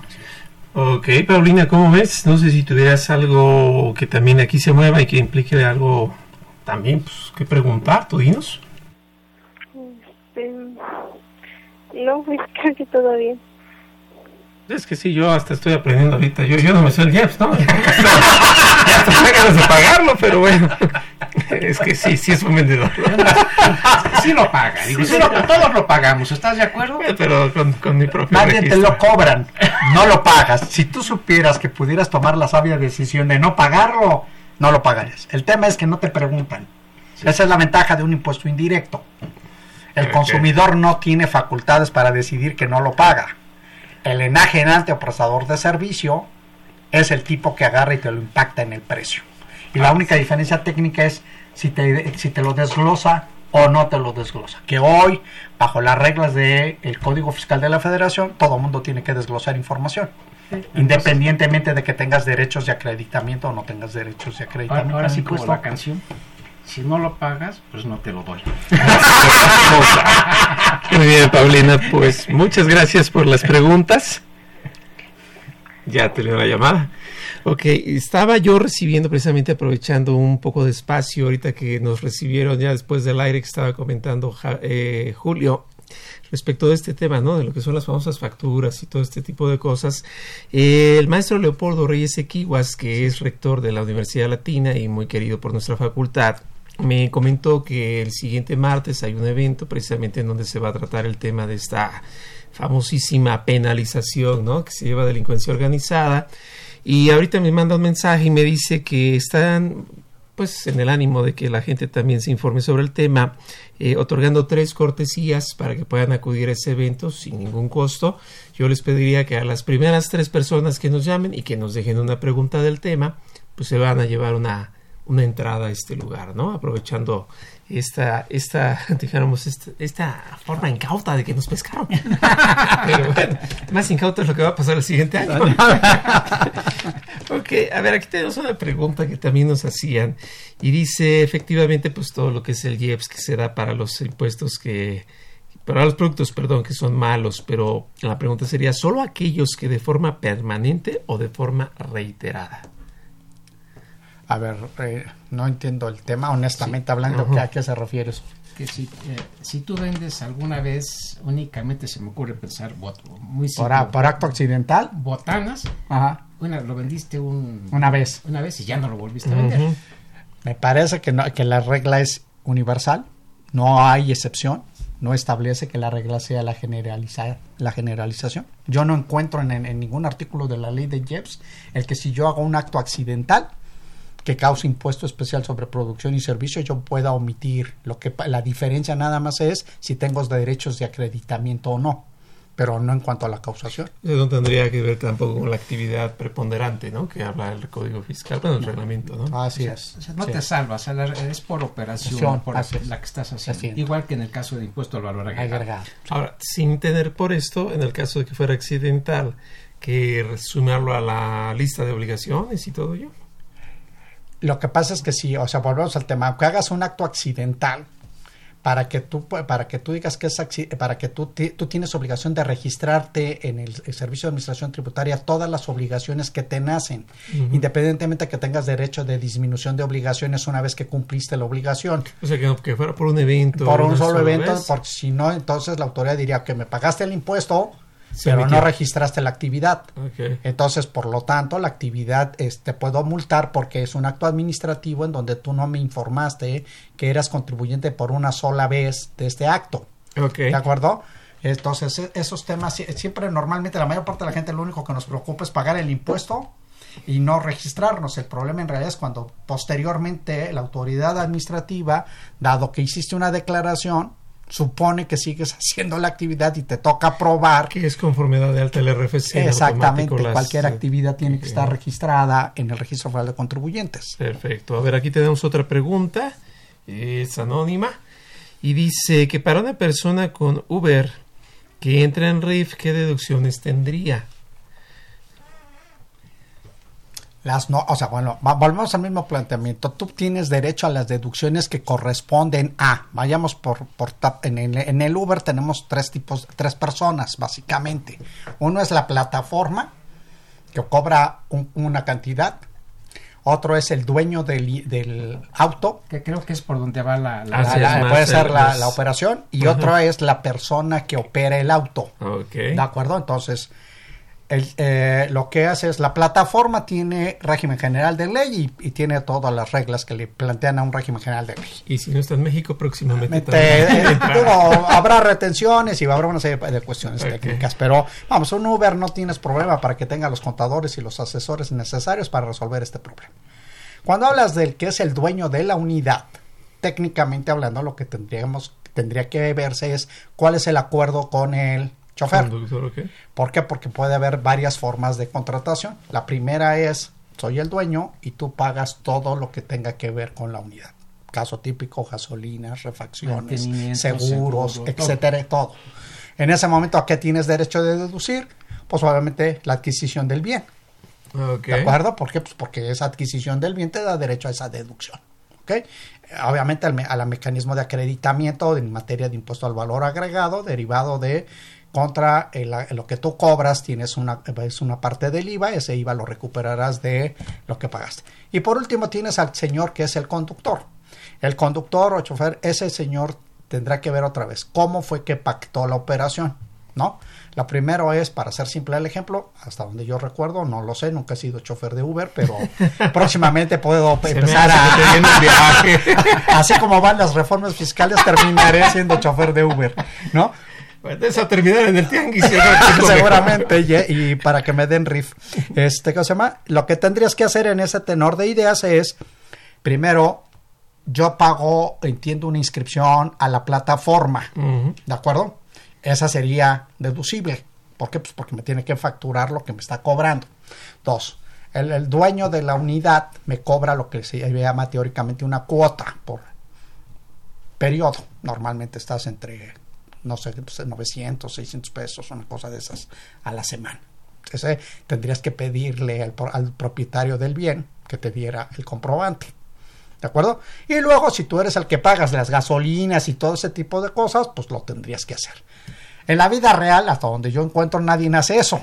Ok, Paulina, ¿cómo ves? No sé si tuvieras algo que también aquí se mueva y que implique algo también, pues, que preguntar, tú dinos. No, pues creo que todo bien. Es que sí, yo hasta estoy aprendiendo ahorita. Yo, yo no me sé el I E P S, ¿no? Ya hasta tengo ganas de pagarlo, pero bueno. Es que sí, sí es un vendedor. Sí lo paga. Digo, sí lo, todos lo pagamos, ¿estás de acuerdo? Pero con, con mi propio Nadie registro. te lo cobran, no lo pagas. Si tú supieras que pudieras tomar la sabia decisión de no pagarlo, no lo pagarías. El tema es que no te preguntan. Sí. Esa es la ventaja de un impuesto indirecto. El okay. consumidor no tiene facultades para decidir que no lo paga. El enajenante o prestador de servicio es el tipo que agarra y te lo impacta en el precio. Y la única diferencia técnica es si te, si te lo desglosa o no te lo desglosa. Que hoy, bajo las reglas del Código Fiscal de la Federación, todo el mundo tiene que desglosar información. Sí, independientemente de que tengas derechos de acreditamiento o no tengas derechos de acreditamiento. Ahora, ahora sí, como la canción. Si no lo pagas, pues no te lo doy. Muy bien, Paulina, pues muchas gracias por las preguntas. Ya terminó la llamada. Ok, estaba yo recibiendo, precisamente aprovechando un poco de espacio, ahorita que nos recibieron ya después del aire que estaba comentando eh, Julio, respecto de este tema, ¿no? De lo que son las famosas facturas y todo este tipo de cosas. Eh, el maestro Leopoldo Reyes Equiguas, que es rector de la Universidad Latina y muy querido por nuestra facultad, me comentó que el siguiente martes hay un evento precisamente en donde se va a tratar el tema de esta famosísima penalización, ¿no? Que se lleva a delincuencia organizada. Y ahorita me manda un mensaje y me dice que están, pues, en el ánimo de que la gente también se informe sobre el tema, eh, otorgando tres cortesías para que puedan acudir a ese evento sin ningún costo. Yo les pediría que a las primeras tres personas que nos llamen y que nos dejen una pregunta del tema, pues se van a llevar una una entrada a este lugar, ¿no? Aprovechando esta, esta, dijéramos, esta, esta forma incauta de que nos pescaron. Pero bueno, más incauto es lo que va a pasar el siguiente año. Ok, a ver, aquí tenemos una pregunta que también nos hacían y dice, efectivamente, pues todo lo que es el I E P S que se da para los impuestos que, para los productos, perdón, que son malos, pero la pregunta sería, ¿solo aquellos que de forma permanente o de forma reiterada? A ver, eh, no entiendo el tema, honestamente sí. hablando, uh-huh. ¿a qué se refiere eso? Que si, eh, si tú vendes alguna vez, únicamente se me ocurre pensar, bot, muy simple, ¿Por, ¿Por acto accidental? Botanas, Ajá. Una, lo vendiste un, una vez. Una vez y ya no lo volviste uh-huh. a vender. Me parece que, no, que la regla es universal, no hay excepción, no establece que la regla sea la, generaliza, la generalización. Yo no encuentro en, en, en ningún artículo de la ley de I E P S el que si yo hago un acto accidental que causa impuesto especial sobre producción y servicio, yo pueda omitir. Lo que la diferencia nada más es si tengo derechos de acreditamiento o no, pero no en cuanto a la causación. Eso no tendría que ver tampoco con la actividad preponderante, ¿no? Que habla el Código Fiscal, bueno, el reglamento, ¿no? Así o sea, es. O sea, no sí. te salvas, es por operación, por la, la que estás haciendo. Así. Igual que en el caso del impuesto al valor agregado. agregado. Ahora, sin tener por esto, en el caso de que fuera accidental, que sumarlo a la lista de obligaciones y todo ello. Lo que pasa es que si, o sea, volvemos al tema, que hagas un acto accidental para que tú para que tú digas que es para que tú tú tienes obligación de registrarte en el, el Servicio de Administración Tributaria todas las obligaciones que te nacen, uh-huh. independientemente de que tengas derecho de disminución de obligaciones una vez que cumpliste la obligación. O sea, que, que fuera por un evento. Por un solo evento, vez. Porque si no, entonces la autoridad diría que me pagaste el impuesto, pero emitió. No registraste la actividad. Okay. Entonces, por lo tanto, la actividad este, puedo multar porque es un acto administrativo en donde tú no me informaste que eras contribuyente por una sola vez de este acto. Okay. ¿De acuerdo? Entonces, esos temas, siempre normalmente la mayor parte de la gente lo único que nos preocupa es pagar el impuesto y no registrarnos. El problema en realidad es cuando posteriormente la autoridad administrativa, dado que hiciste una declaración, supone que sigues haciendo la actividad y te toca probar que es conformidad de alta el R F C. Exactamente, las, cualquier actividad tiene que estar registrada en el Registro Federal de Contribuyentes. Perfecto. A ver, aquí tenemos otra pregunta, es anónima y dice que para una persona con Uber que entra en R I F, ¿qué deducciones tendría? Las no, o sea, bueno, va, volvemos al mismo planteamiento. Tú tienes derecho a las deducciones que corresponden a, vayamos por, por en el, en el Uber tenemos tres tipos, tres personas, básicamente. Uno es la plataforma, que cobra un, una cantidad. Otro es el dueño del, del auto. Que creo que es por donde va la... la, la, la puede más, ser la, la operación. Y uh-huh. otro es la persona que opera el auto. Okay. ¿De acuerdo? Entonces... el, eh, lo que hace es la plataforma tiene régimen general de ley y, y tiene todas las reglas que le plantean a un régimen general de ley. Y si no está en México próximamente Te, eh, digo, habrá retenciones y habrá una serie de cuestiones okay. técnicas, pero vamos, un Uber no tienes problema para que tenga los contadores y los asesores necesarios para resolver este problema. Cuando hablas del que es el dueño de la unidad, técnicamente hablando, lo que tendríamos tendría que verse es cuál es el acuerdo con el chofer. Okay. ¿Por qué? Porque puede haber varias formas de contratación. La primera es, soy el dueño y tú pagas todo lo que tenga que ver con la unidad. Caso típico, gasolinas, refacciones, seguros, seguro, etcétera, todo. todo. En ese momento, ¿a qué tienes derecho de deducir? Pues obviamente la adquisición del bien. Okay. ¿De acuerdo? ¿Por qué? Pues porque esa adquisición del bien te da derecho a esa deducción. ¿Okay? Obviamente al, me, al mecanismo de acreditamiento en materia de impuesto al valor agregado, derivado de contra el, lo que tú cobras, tienes una, es una parte del I V A, ese I V A lo recuperarás de lo que pagaste. Y por último tienes al señor que es el conductor. El conductor o chofer, ese señor tendrá que ver otra vez cómo fue que pactó la operación, ¿no? Lo primero es, para hacer simple el ejemplo, hasta donde yo recuerdo, no lo sé, nunca he sido chofer de Uber, pero próximamente puedo Se empezar a... viaje. Así como van las reformas fiscales, terminaré siendo chofer de Uber, ¿no? Puedes a terminar en el tianguis. Seguramente, y, y para que me den riff. Este, ¿cómo se llama? Lo que tendrías que hacer en ese tenor de ideas es, primero, yo pago, entiendo, una inscripción a la plataforma, uh-huh. ¿de acuerdo? Esa sería deducible. ¿Por qué? Pues porque me tiene que facturar lo que me está cobrando. Dos, el, el dueño de la unidad me cobra lo que se llama teóricamente una cuota por periodo. Normalmente estás entre, no sé, novecientos, seiscientos pesos, una cosa de esas a la semana. Entonces tendrías que pedirle al, al propietario del bien que te diera el comprobante. ¿De acuerdo? Y luego, si tú eres el que pagas las gasolinas y todo ese tipo de cosas, pues lo tendrías que hacer. En la vida real, hasta donde yo encuentro, nadie hace eso.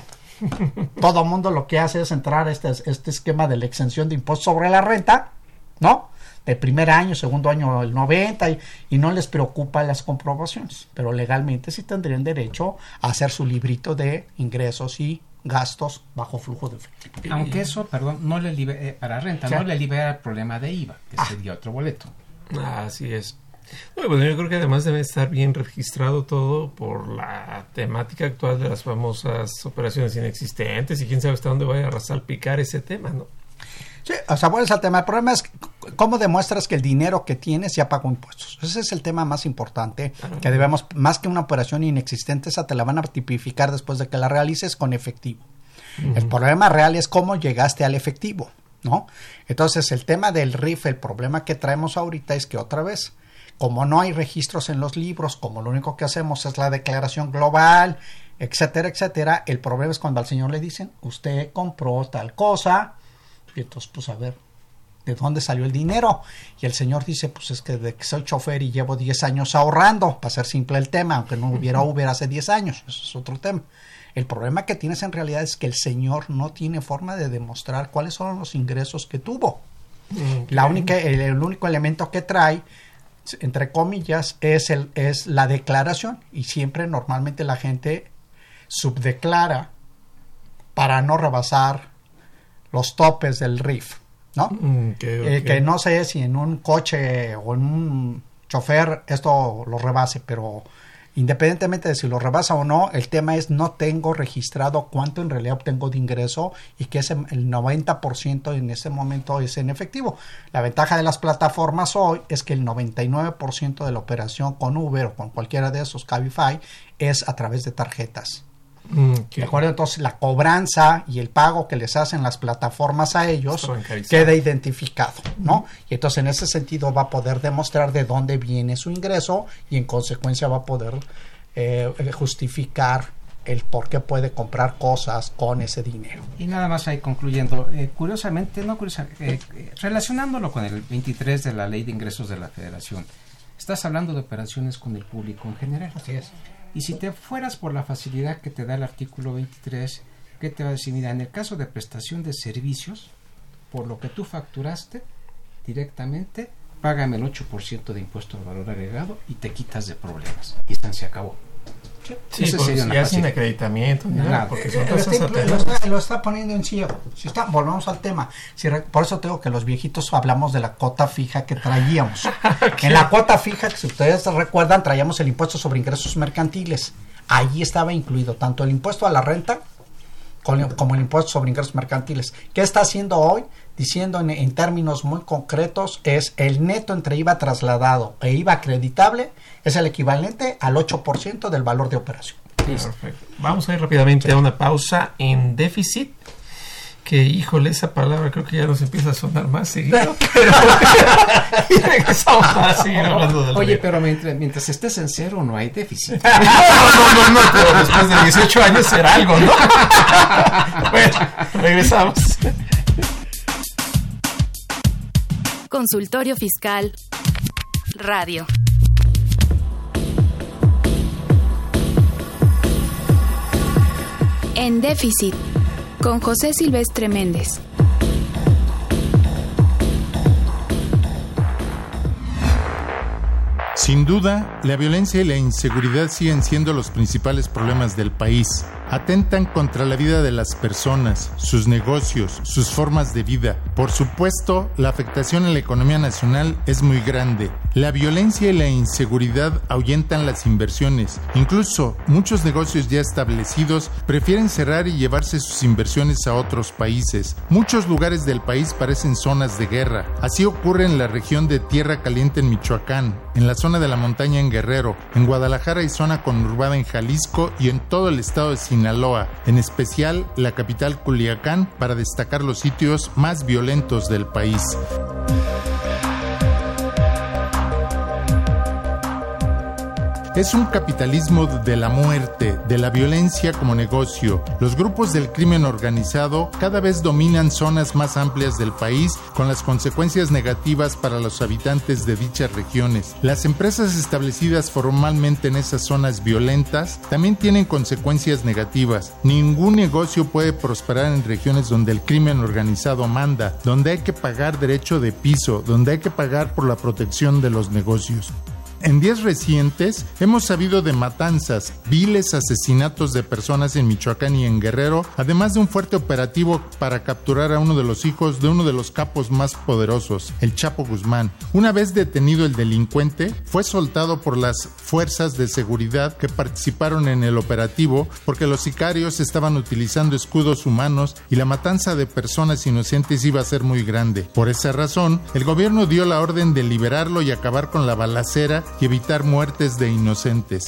Todo el mundo lo que hace es entrar a este, este esquema de la exención de impuestos sobre la renta, ¿no? De primer año, segundo año, el noventa, y, y no les preocupa las comprobaciones. Pero legalmente sí tendrían derecho a hacer su librito de ingresos y gastos bajo flujo de efectivo. Aunque eso, perdón, no le libera, eh, para renta, sí. no le libera el problema de I V A, que ah. sería otro boleto. Así es. Bueno, yo creo que además debe estar bien registrado todo por la temática actual de las famosas operaciones inexistentes y quién sabe hasta dónde vaya a salpicar ese tema, ¿no? Sí, o sea, vuelves al tema. El problema es cómo demuestras que el dinero que tienes ya pagó impuestos. Ese es el tema más importante, uh-huh. que debemos, más que una operación inexistente, esa te la van a tipificar después de que la realices con efectivo. Uh-huh. El problema real es cómo llegaste al efectivo, ¿no? Entonces, el tema del R I F, el problema que traemos ahorita es que otra vez, como no hay registros en los libros, como lo único que hacemos es la declaración global, etcétera, etcétera, el problema es cuando al señor le dicen, usted compró tal cosa, y entonces, pues a ver, ¿de dónde salió el dinero? Y el señor dice, pues es que de que soy chofer y llevo diez años ahorrando, para ser simple el tema, aunque no hubiera Uber hace diez años, eso es otro tema. El problema que tienes en realidad es que el señor no tiene forma de demostrar cuáles son los ingresos que tuvo. Okay. La única, el, el único elemento que trae, entre comillas, es, el, es la declaración, y siempre normalmente la gente subdeclara para no rebasar los topes del R I F, ¿no? Okay, okay. Eh, que no sé si en un coche o en un chofer esto lo rebase, pero independientemente de si lo rebasa o no, el tema es no tengo registrado cuánto en realidad obtengo de ingreso y que ese, el noventa por ciento en ese momento es en efectivo. La ventaja de las plataformas hoy es que el noventa y nueve por ciento de la operación con Uber o con cualquiera de esos Cabify es a través de tarjetas. Okay. ¿De acuerdo? Entonces la cobranza y el pago que les hacen las plataformas a ellos queda identificado, ¿no? Uh-huh. Y entonces en ese sentido va a poder demostrar de dónde viene su ingreso y en consecuencia va a poder eh, justificar el por qué puede comprar cosas con ese dinero. Y nada más ahí concluyendo, eh, curiosamente, no curiosamente, eh, eh, relacionándolo con el veintitrés de la Ley de Ingresos de la Federación, estás hablando de operaciones con el público en general. Así es. Y si te fueras por la facilidad que te da el artículo veintitrés, ¿qué te va a decir? Mira, en el caso de prestación de servicios, por lo que tú facturaste directamente, págame el ocho por ciento de impuesto al valor agregado y te quitas de problemas. Y se acabó. Sí, Ese pues, sería una ya fácil. sin acreditamiento ni Nada. nada, porque son lo, cosas está, apenas. lo, está, lo está poniendo en ciego. Si está, volvamos al tema. Si re, por eso tengo que los viejitos hablamos de la cuota fija que traíamos. Okay. En la cuota fija, que si ustedes recuerdan, traíamos el impuesto sobre ingresos mercantiles. Allí estaba incluido tanto el impuesto a la renta como el impuesto sobre ingresos mercantiles. ¿Qué está haciendo hoy? Diciendo en, en términos muy concretos, es el neto entre I V A trasladado e I V A acreditable es el equivalente al ocho por ciento del valor de operación. Perfecto. Vamos a ir rápidamente a una pausa en déficit. Que, híjole, esa palabra creo que ya nos empieza a sonar más seguido. Pero y regresamos a seguir hablando de la Oye, vida. pero mientras, mientras estés en cero no hay déficit. No, no, no, no, pero después de dieciocho años será algo, ¿no? Bueno, regresamos. Consultorio Fiscal Radio. En déficit, con José Silvestre Méndez. Sin duda, la violencia y la inseguridad siguen siendo los principales problemas del país. Atentan contra la vida de las personas, sus negocios, sus formas de vida. Por supuesto, la afectación en la economía nacional es muy grande. La violencia y la inseguridad ahuyentan las inversiones. Incluso, muchos negocios ya establecidos prefieren cerrar y llevarse sus inversiones a otros países. Muchos lugares del país parecen zonas de guerra. Así ocurre en la región de Tierra Caliente en Michoacán, en la zona de la montaña en Guerrero, en Guadalajara y zona conurbada en Jalisco y en todo el estado de Sinaloa, en especial la capital Culiacán, para destacar los sitios más violentos del país. Es un capitalismo de la muerte, de la violencia como negocio. Los grupos del crimen organizado cada vez dominan zonas más amplias del país, con las consecuencias negativas para los habitantes de dichas regiones. Las empresas establecidas formalmente en esas zonas violentas también tienen consecuencias negativas. Ningún negocio puede prosperar en regiones donde el crimen organizado manda, donde hay que pagar derecho de piso, donde hay que pagar por la protección de los negocios. En días recientes hemos sabido de matanzas, viles asesinatos de personas en Michoacán y en Guerrero, además de un fuerte operativo para capturar a uno de los hijos de uno de los capos más poderosos, el Chapo Guzmán. Una vez detenido el delincuente, fue soltado por las fuerzas de seguridad que participaron en el operativo porque los sicarios estaban utilizando escudos humanos y la matanza de personas inocentes iba a ser muy grande. Por esa razón, el gobierno dio la orden de liberarlo y acabar con la balacera y evitar muertes de inocentes.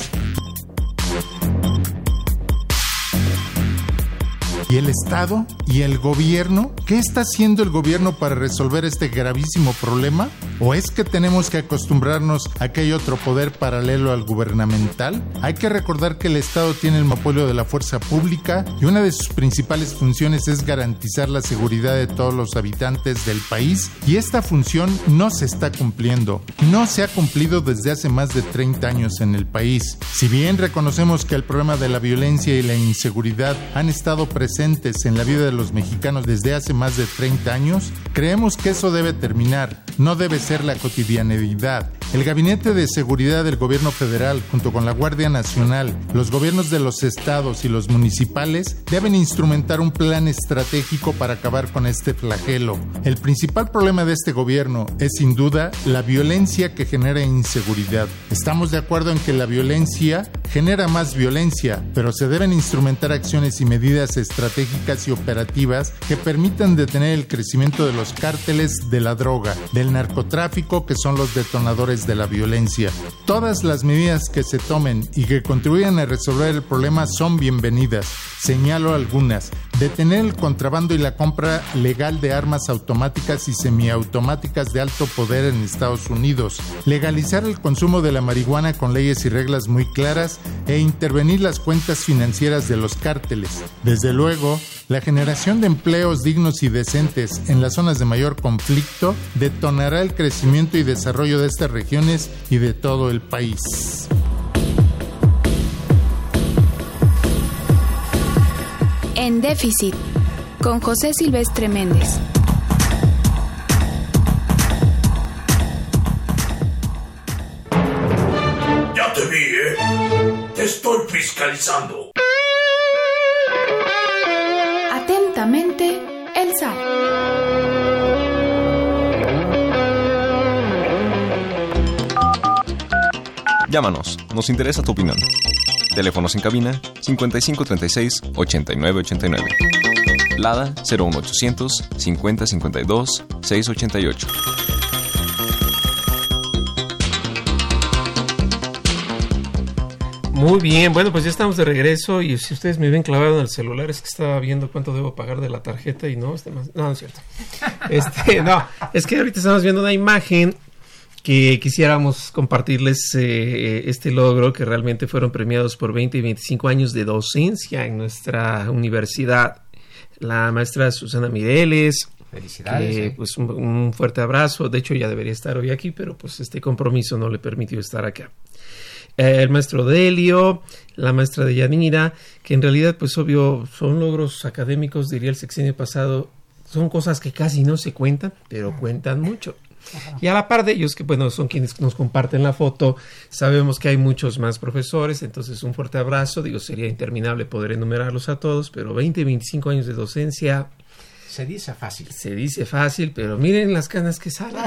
¿Y el Estado? ¿Y el gobierno? ¿Qué está haciendo el gobierno para resolver este gravísimo problema? ¿O es que tenemos que acostumbrarnos a que hay otro poder paralelo al gubernamental? Hay que recordar que el Estado tiene el monopolio de la fuerza pública y una de sus principales funciones es garantizar la seguridad de todos los habitantes del país, y esta función no se está cumpliendo. No se ha cumplido desde hace más de treinta años en el país. Si bien reconocemos que el problema de la violencia y la inseguridad han estado presentes en la vida de los mexicanos desde hace más de treinta años, creemos que eso debe terminar, no debe ser la cotidianidad. El Gabinete de Seguridad del Gobierno Federal, junto con la Guardia Nacional, los gobiernos de los estados y los municipales, deben instrumentar un plan estratégico para acabar con este flagelo. El principal problema de este gobierno es, sin duda, la violencia que genera inseguridad. Estamos de acuerdo en que la violencia genera más violencia, pero se deben instrumentar acciones y medidas estratégicas y operativas que permitan detener el crecimiento de los cárteles de la droga, del narcotráfico, que son los detonadores de la violencia. Todas las medidas que se tomen y que contribuyan a resolver el problema son bienvenidas. Señalo algunas: detener el contrabando y la compra legal de armas automáticas y semiautomáticas de alto poder en Estados Unidos, legalizar el consumo de la marihuana con leyes y reglas muy claras e intervenir las cuentas financieras de los cárteles. Desde luego, la generación de empleos dignos y decentes en las zonas de mayor conflicto detonará el crecimiento y desarrollo de estas regiones y de todo el país. En déficit, con José Silvestre Méndez. Ya te vi, ¿eh? Te Estoy fiscalizando. Atentamente, el S A R. Llámanos, nos interesa tu opinión. Teléfonos en cabina cincuenta y cinco treinta y seis ochenta y nueve ochenta y nueve. Lada cero uno ochocientos cincuenta cincuenta y dos seiscientos ochenta y ocho. Muy bien, bueno, pues ya estamos de regreso y si ustedes me ven clavado en el celular es que estaba viendo cuánto debo pagar de la tarjeta y no, este más, no, no es cierto. Este, no, es que ahorita estamos viendo una imagen que quisiéramos compartirles eh, este logro, que realmente fueron premiados por veinte y veinticinco años de docencia en nuestra universidad. La maestra Susana Mireles. Felicidades. Que, eh. pues un, un fuerte abrazo. De hecho, ya debería estar hoy aquí, pero pues este compromiso no le permitió estar acá. Eh, el maestro Delio, la maestra de Yanira, que en realidad, pues obvio, son logros académicos, diría el sexenio pasado. Son cosas que casi no se cuentan, pero cuentan mucho. Y a la par de ellos, que bueno, son quienes nos comparten la foto, sabemos que hay muchos más profesores, entonces un fuerte abrazo. Digo, sería interminable poder enumerarlos a todos, pero veinte, veinticinco años de docencia. Se dice fácil. Se dice fácil, pero miren las canas que salen.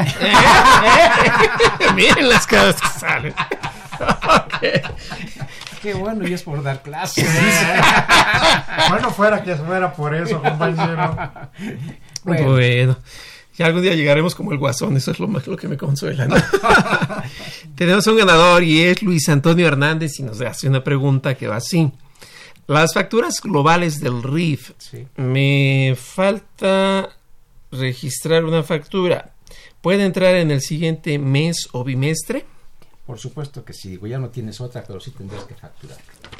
Miren las canas que salen. Okay. Qué bueno, y es por dar clases. Bueno, fuera que fuera por eso, compañero. Bueno. bueno. Ya algún día llegaremos como el Guasón, eso es lo más lo que me consuela, ¿no? Tenemos un ganador y es Luis Antonio Hernández y nos hace una pregunta que va así. Las facturas globales del R I F, sí. Me falta registrar una factura. ¿Puede entrar en el siguiente mes o bimestre? Por supuesto que sí, ya no tienes otra, pero sí tendrás que facturar.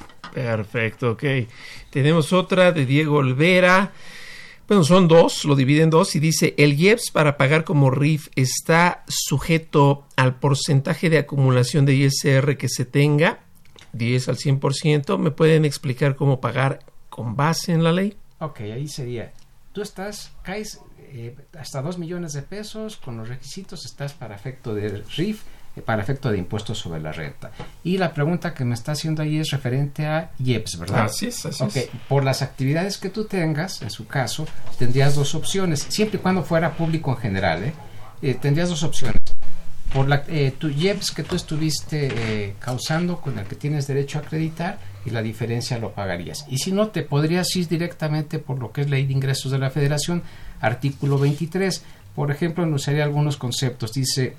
Perfecto, ok. Tenemos otra de Diego Olvera. Bueno, son dos, lo divide en dos y dice, el I E P S para pagar como R I F está sujeto al porcentaje de acumulación de I S R que se tenga, diez al cien por ciento. ¿Me pueden explicar cómo pagar con base en la ley? Ok, ahí sería, tú estás, caes eh, hasta dos millones de pesos, con los requisitos estás para efecto de R I F, eh, para efecto de impuestos sobre la renta. Y la pregunta que me está haciendo ahí es referente a I E P S, ¿verdad? Así es, así okay. es. Por las actividades que tú tengas, en su caso, tendrías dos opciones, siempre y cuando fuera público en general, ¿eh? Eh, tendrías dos opciones. Por la, eh, tu I E P S que tú estuviste eh, causando, con el que tienes derecho a acreditar, y la diferencia lo pagarías. Y si no, te podrías ir directamente por lo que es Ley de Ingresos de la Federación, artículo veintitrés. Por ejemplo, enunciaría algunos conceptos. Dice,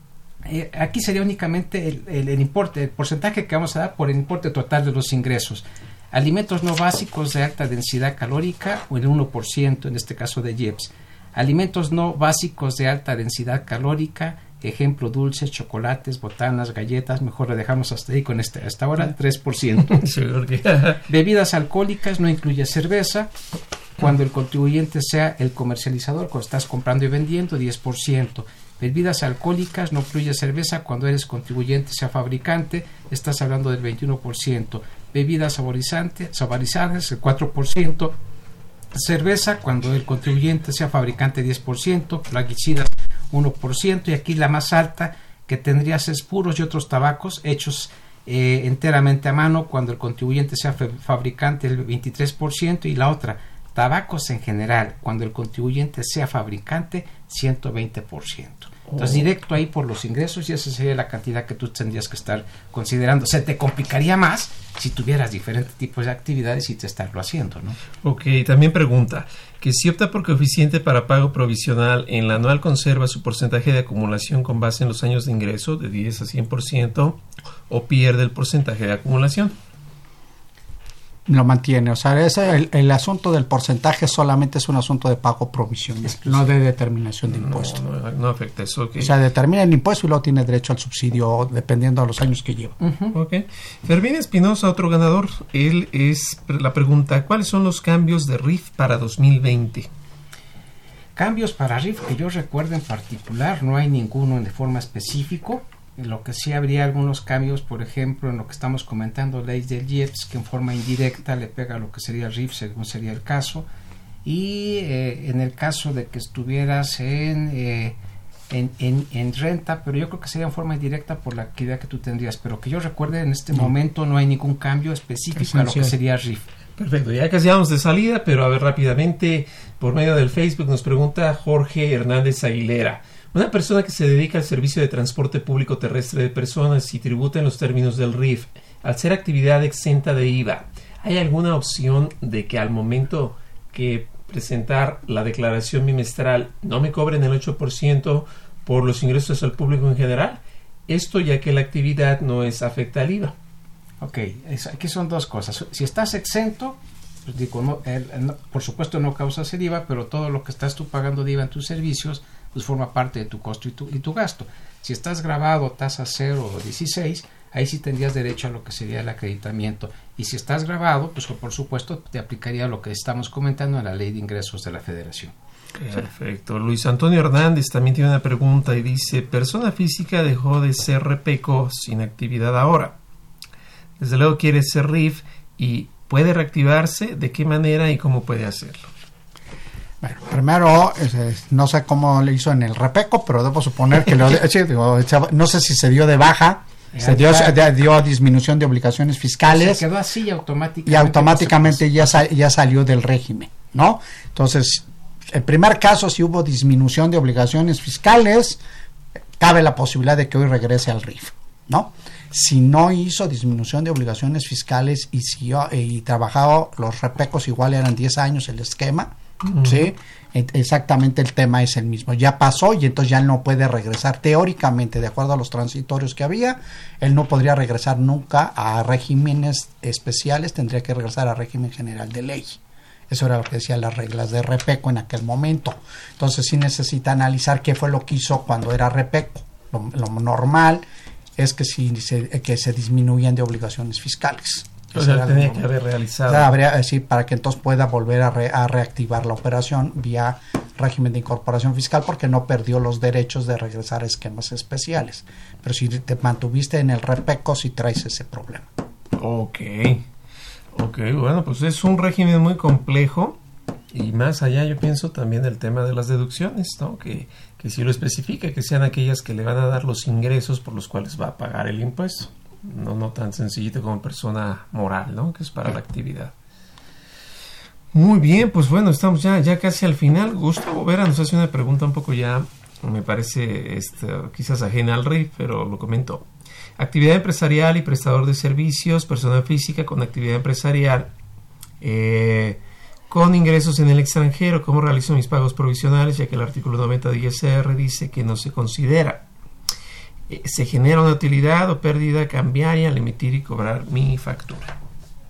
eh, aquí sería únicamente el, el, el importe, el porcentaje que vamos a dar por el importe total de los ingresos. Alimentos no básicos de alta densidad calórica, o el uno por ciento, en este caso de I E P S. Alimentos no básicos de alta densidad calórica, ejemplo, dulces, chocolates, botanas, galletas, mejor lo dejamos hasta ahí con este, hasta ahora, tres por ciento. Bebidas alcohólicas, no incluye cerveza, cuando el contribuyente sea el comercializador, cuando estás comprando y vendiendo, diez por ciento. Bebidas alcohólicas, no incluye cerveza, cuando eres contribuyente, sea fabricante, estás hablando del veintiuno por ciento. Bebidas saborizantes, saborizadas, el cuatro por ciento. Cerveza, cuando el contribuyente sea fabricante, diez por ciento. Plaguicidas, uno por ciento. Y aquí la más alta que tendrías es puros y otros tabacos hechos eh, enteramente a mano, cuando el contribuyente sea fabricante, el veintitrés por ciento. Y la otra, tabacos en general, cuando el contribuyente sea fabricante, ciento veinte por ciento. Entonces, directo ahí por los ingresos, y esa sería la cantidad que tú tendrías que estar considerando. Se te complicaría más si tuvieras diferentes tipos de actividades y te estarlo haciendo, ¿no? Ok, también pregunta, que si opta por coeficiente para pago provisional, ¿en la anual conserva su porcentaje de acumulación con base en los años de ingreso de diez a cien por ciento o pierde el porcentaje de acumulación? Lo mantiene, o sea, ese, el, el asunto del porcentaje solamente es un asunto de pago provisional, no de determinación de impuesto. No, no, no afecta eso. Okay. O sea, determina el impuesto y luego tiene derecho al subsidio dependiendo de los años que lleva. Uh-huh. Okay. Fermín Espinosa, otro ganador, él es la pregunta, ¿cuáles son los cambios de R I F para dos mil veinte? Cambios para R I F que yo recuerdo en particular, no hay ninguno de forma específica. Lo que sí habría algunos cambios, por ejemplo, en lo que estamos comentando, ley del I E P S, que en forma indirecta le pega a lo que sería el R I F, según sería el caso. Y eh, en el caso de que estuvieras en, eh, en, en, en renta, pero yo creo que sería en forma indirecta por la actividad que tú tendrías, pero que yo recuerde en este no. momento no hay ningún cambio específico Esencial. a lo que sería R I F. Perfecto, ya casi vamos de salida, pero a ver rápidamente, por medio del Facebook nos pregunta Jorge Hernández Aguilera. Una persona que se dedica al servicio de transporte público terrestre de personas y tributa en los términos del R I F, al ser actividad exenta de I V A, ¿hay alguna opción de que al momento que presentar la declaración bimestral no me cobren el ocho por ciento por los ingresos al público en general? Esto ya que la actividad no es afecta al I V A. Ok, es, aquí son dos cosas. Si estás exento, pues digo, no, el, el, por supuesto no causas el I V A, pero todo lo que estás tú pagando de I V A en tus servicios, pues forma parte de tu costo y tu, y tu gasto. Si estás grabado tasa cero o dieciséis, ahí sí tendrías derecho a lo que sería el acreditamiento. Y si estás grabado, pues por supuesto te aplicaría lo que estamos comentando en la Ley de Ingresos de la Federación. Perfecto. Luis Antonio Hernández también tiene una pregunta y dice, persona física dejó de ser repeco sin actividad ahora. Desde luego quiere ser R I F y puede reactivarse, ¿de qué manera y cómo puede hacerlo? Bueno, primero, no sé cómo le hizo en el repeco, pero debo suponer que lo, sí, digo, no sé si se dio de baja, se dio, se dio disminución de obligaciones fiscales. Se quedó así y automáticamente. Y automáticamente ya, sal, ya salió del régimen, ¿no? Entonces, el primer caso, si hubo disminución de obligaciones fiscales, cabe la posibilidad de que hoy regrese al R I F, ¿no? Si no hizo disminución de obligaciones fiscales y siguió y trabajaba los repecos, igual eran diez años el esquema, uh-huh. ¿sí? Exactamente el tema es el mismo. Ya pasó y entonces ya él no puede regresar. Teóricamente, de acuerdo a los transitorios que había, él no podría regresar nunca a regímenes especiales, tendría que regresar a régimen general de ley. Eso era lo que decían las reglas de repeco en aquel momento. Entonces sí necesita analizar qué fue lo que hizo cuando era repeco. Lo, lo normal es que sí se, que se disminuían de obligaciones fiscales. O sea, tenía que haber realizado. O sea, habría, sí, para que entonces pueda volver a, re, a reactivar la operación vía régimen de incorporación fiscal, porque no perdió los derechos de regresar a esquemas especiales. Pero si te mantuviste en el repeco, sí traes ese problema. Ok. Ok, bueno, pues es un régimen muy complejo. Y más allá yo pienso también el tema de las deducciones, ¿no? Que, que si lo especifica, que sean aquellas que le van a dar los ingresos por los cuales va a pagar el impuesto. No, no tan sencillito como persona moral, ¿no? Que es para la actividad. Muy bien, pues bueno, estamos ya, ya casi al final. Gustavo Vera nos hace una pregunta un poco ya, me parece este, quizás ajena al R I F, pero lo comento. Actividad empresarial y prestador de servicios, persona física con actividad empresarial, eh, con ingresos en el extranjero, ¿cómo realizo mis pagos provisionales? Ya que el artículo noventa de I S R dice que no se considera. Eh, se genera una utilidad o pérdida cambiaria al emitir y cobrar mi factura.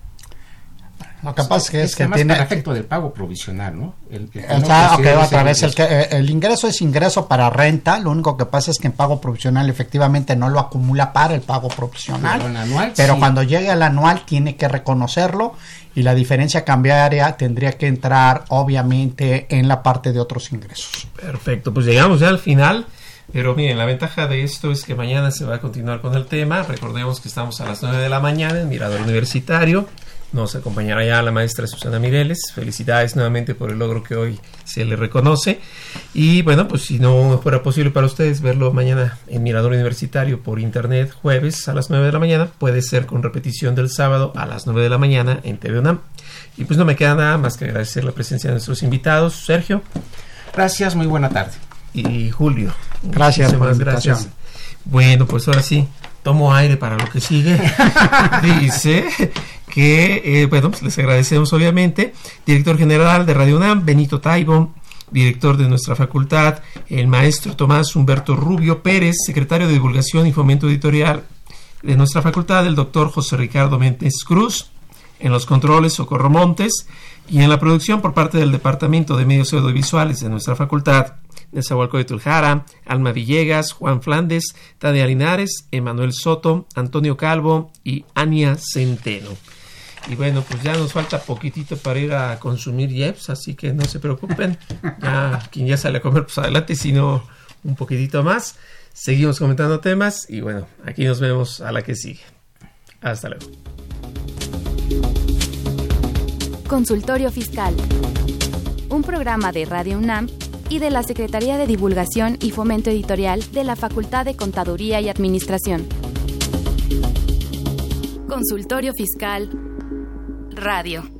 Lo que pasa es que, es que, que tiene para efecto del pago provisional, ¿no? El, el, el, no okay, otra vez el, que, el ingreso es ingreso para renta. Lo único que pasa es que en pago provisional efectivamente no lo acumula para el pago provisional, pero, anual, pero sí. Cuando llegue al anual tiene que reconocerlo y la diferencia cambiaria tendría que entrar obviamente en la parte de otros ingresos. Perfecto, pues llegamos ya al final. Pero miren, la ventaja de esto es que mañana se va a continuar con el tema. Recordemos que estamos a las nueve de la mañana en Mirador Universitario. Nos acompañará ya la maestra Susana Mireles. Felicidades nuevamente por el logro que hoy se le reconoce. Y bueno, pues si no fuera posible para ustedes verlo mañana en Mirador Universitario por internet, jueves a las nueve de la mañana, puede ser con repetición del sábado a las nueve de la mañana en T V UNAM. Y pues no me queda nada más que agradecer la presencia de nuestros invitados. Sergio. Gracias, muy buena tarde. Y Julio. Gracias por la invitación. Gracias. Bueno, pues ahora sí, tomo aire para lo que sigue. Dice que, eh, bueno, pues les agradecemos obviamente. Director general de Radio UNAM, Benito Taibo. Director de nuestra facultad, el maestro Tomás Humberto Rubio Pérez. Secretario de Divulgación y Fomento Editorial de nuestra facultad, el doctor José Ricardo Méndez Cruz. En los controles, Socorro Montes. Y en la producción por parte del Departamento de Medios Audiovisuales de nuestra facultad, Nezahualcóyotl Jara, Alma Villegas, Juan Flandes, Tania Linares, Emanuel Soto, Antonio Calvo y Ania Centeno. Y bueno, pues ya nos falta poquitito para ir a consumir Jeps, así que no se preocupen. Ya quien ya sale a comer, pues adelante, sino un poquitito más. Seguimos comentando temas y bueno, aquí nos vemos a la que sigue. Hasta luego. Consultorio Fiscal, un programa de Radio UNAM y de la Secretaría de Divulgación y Fomento Editorial de la Facultad de Contaduría y Administración. Consultorio Fiscal Radio.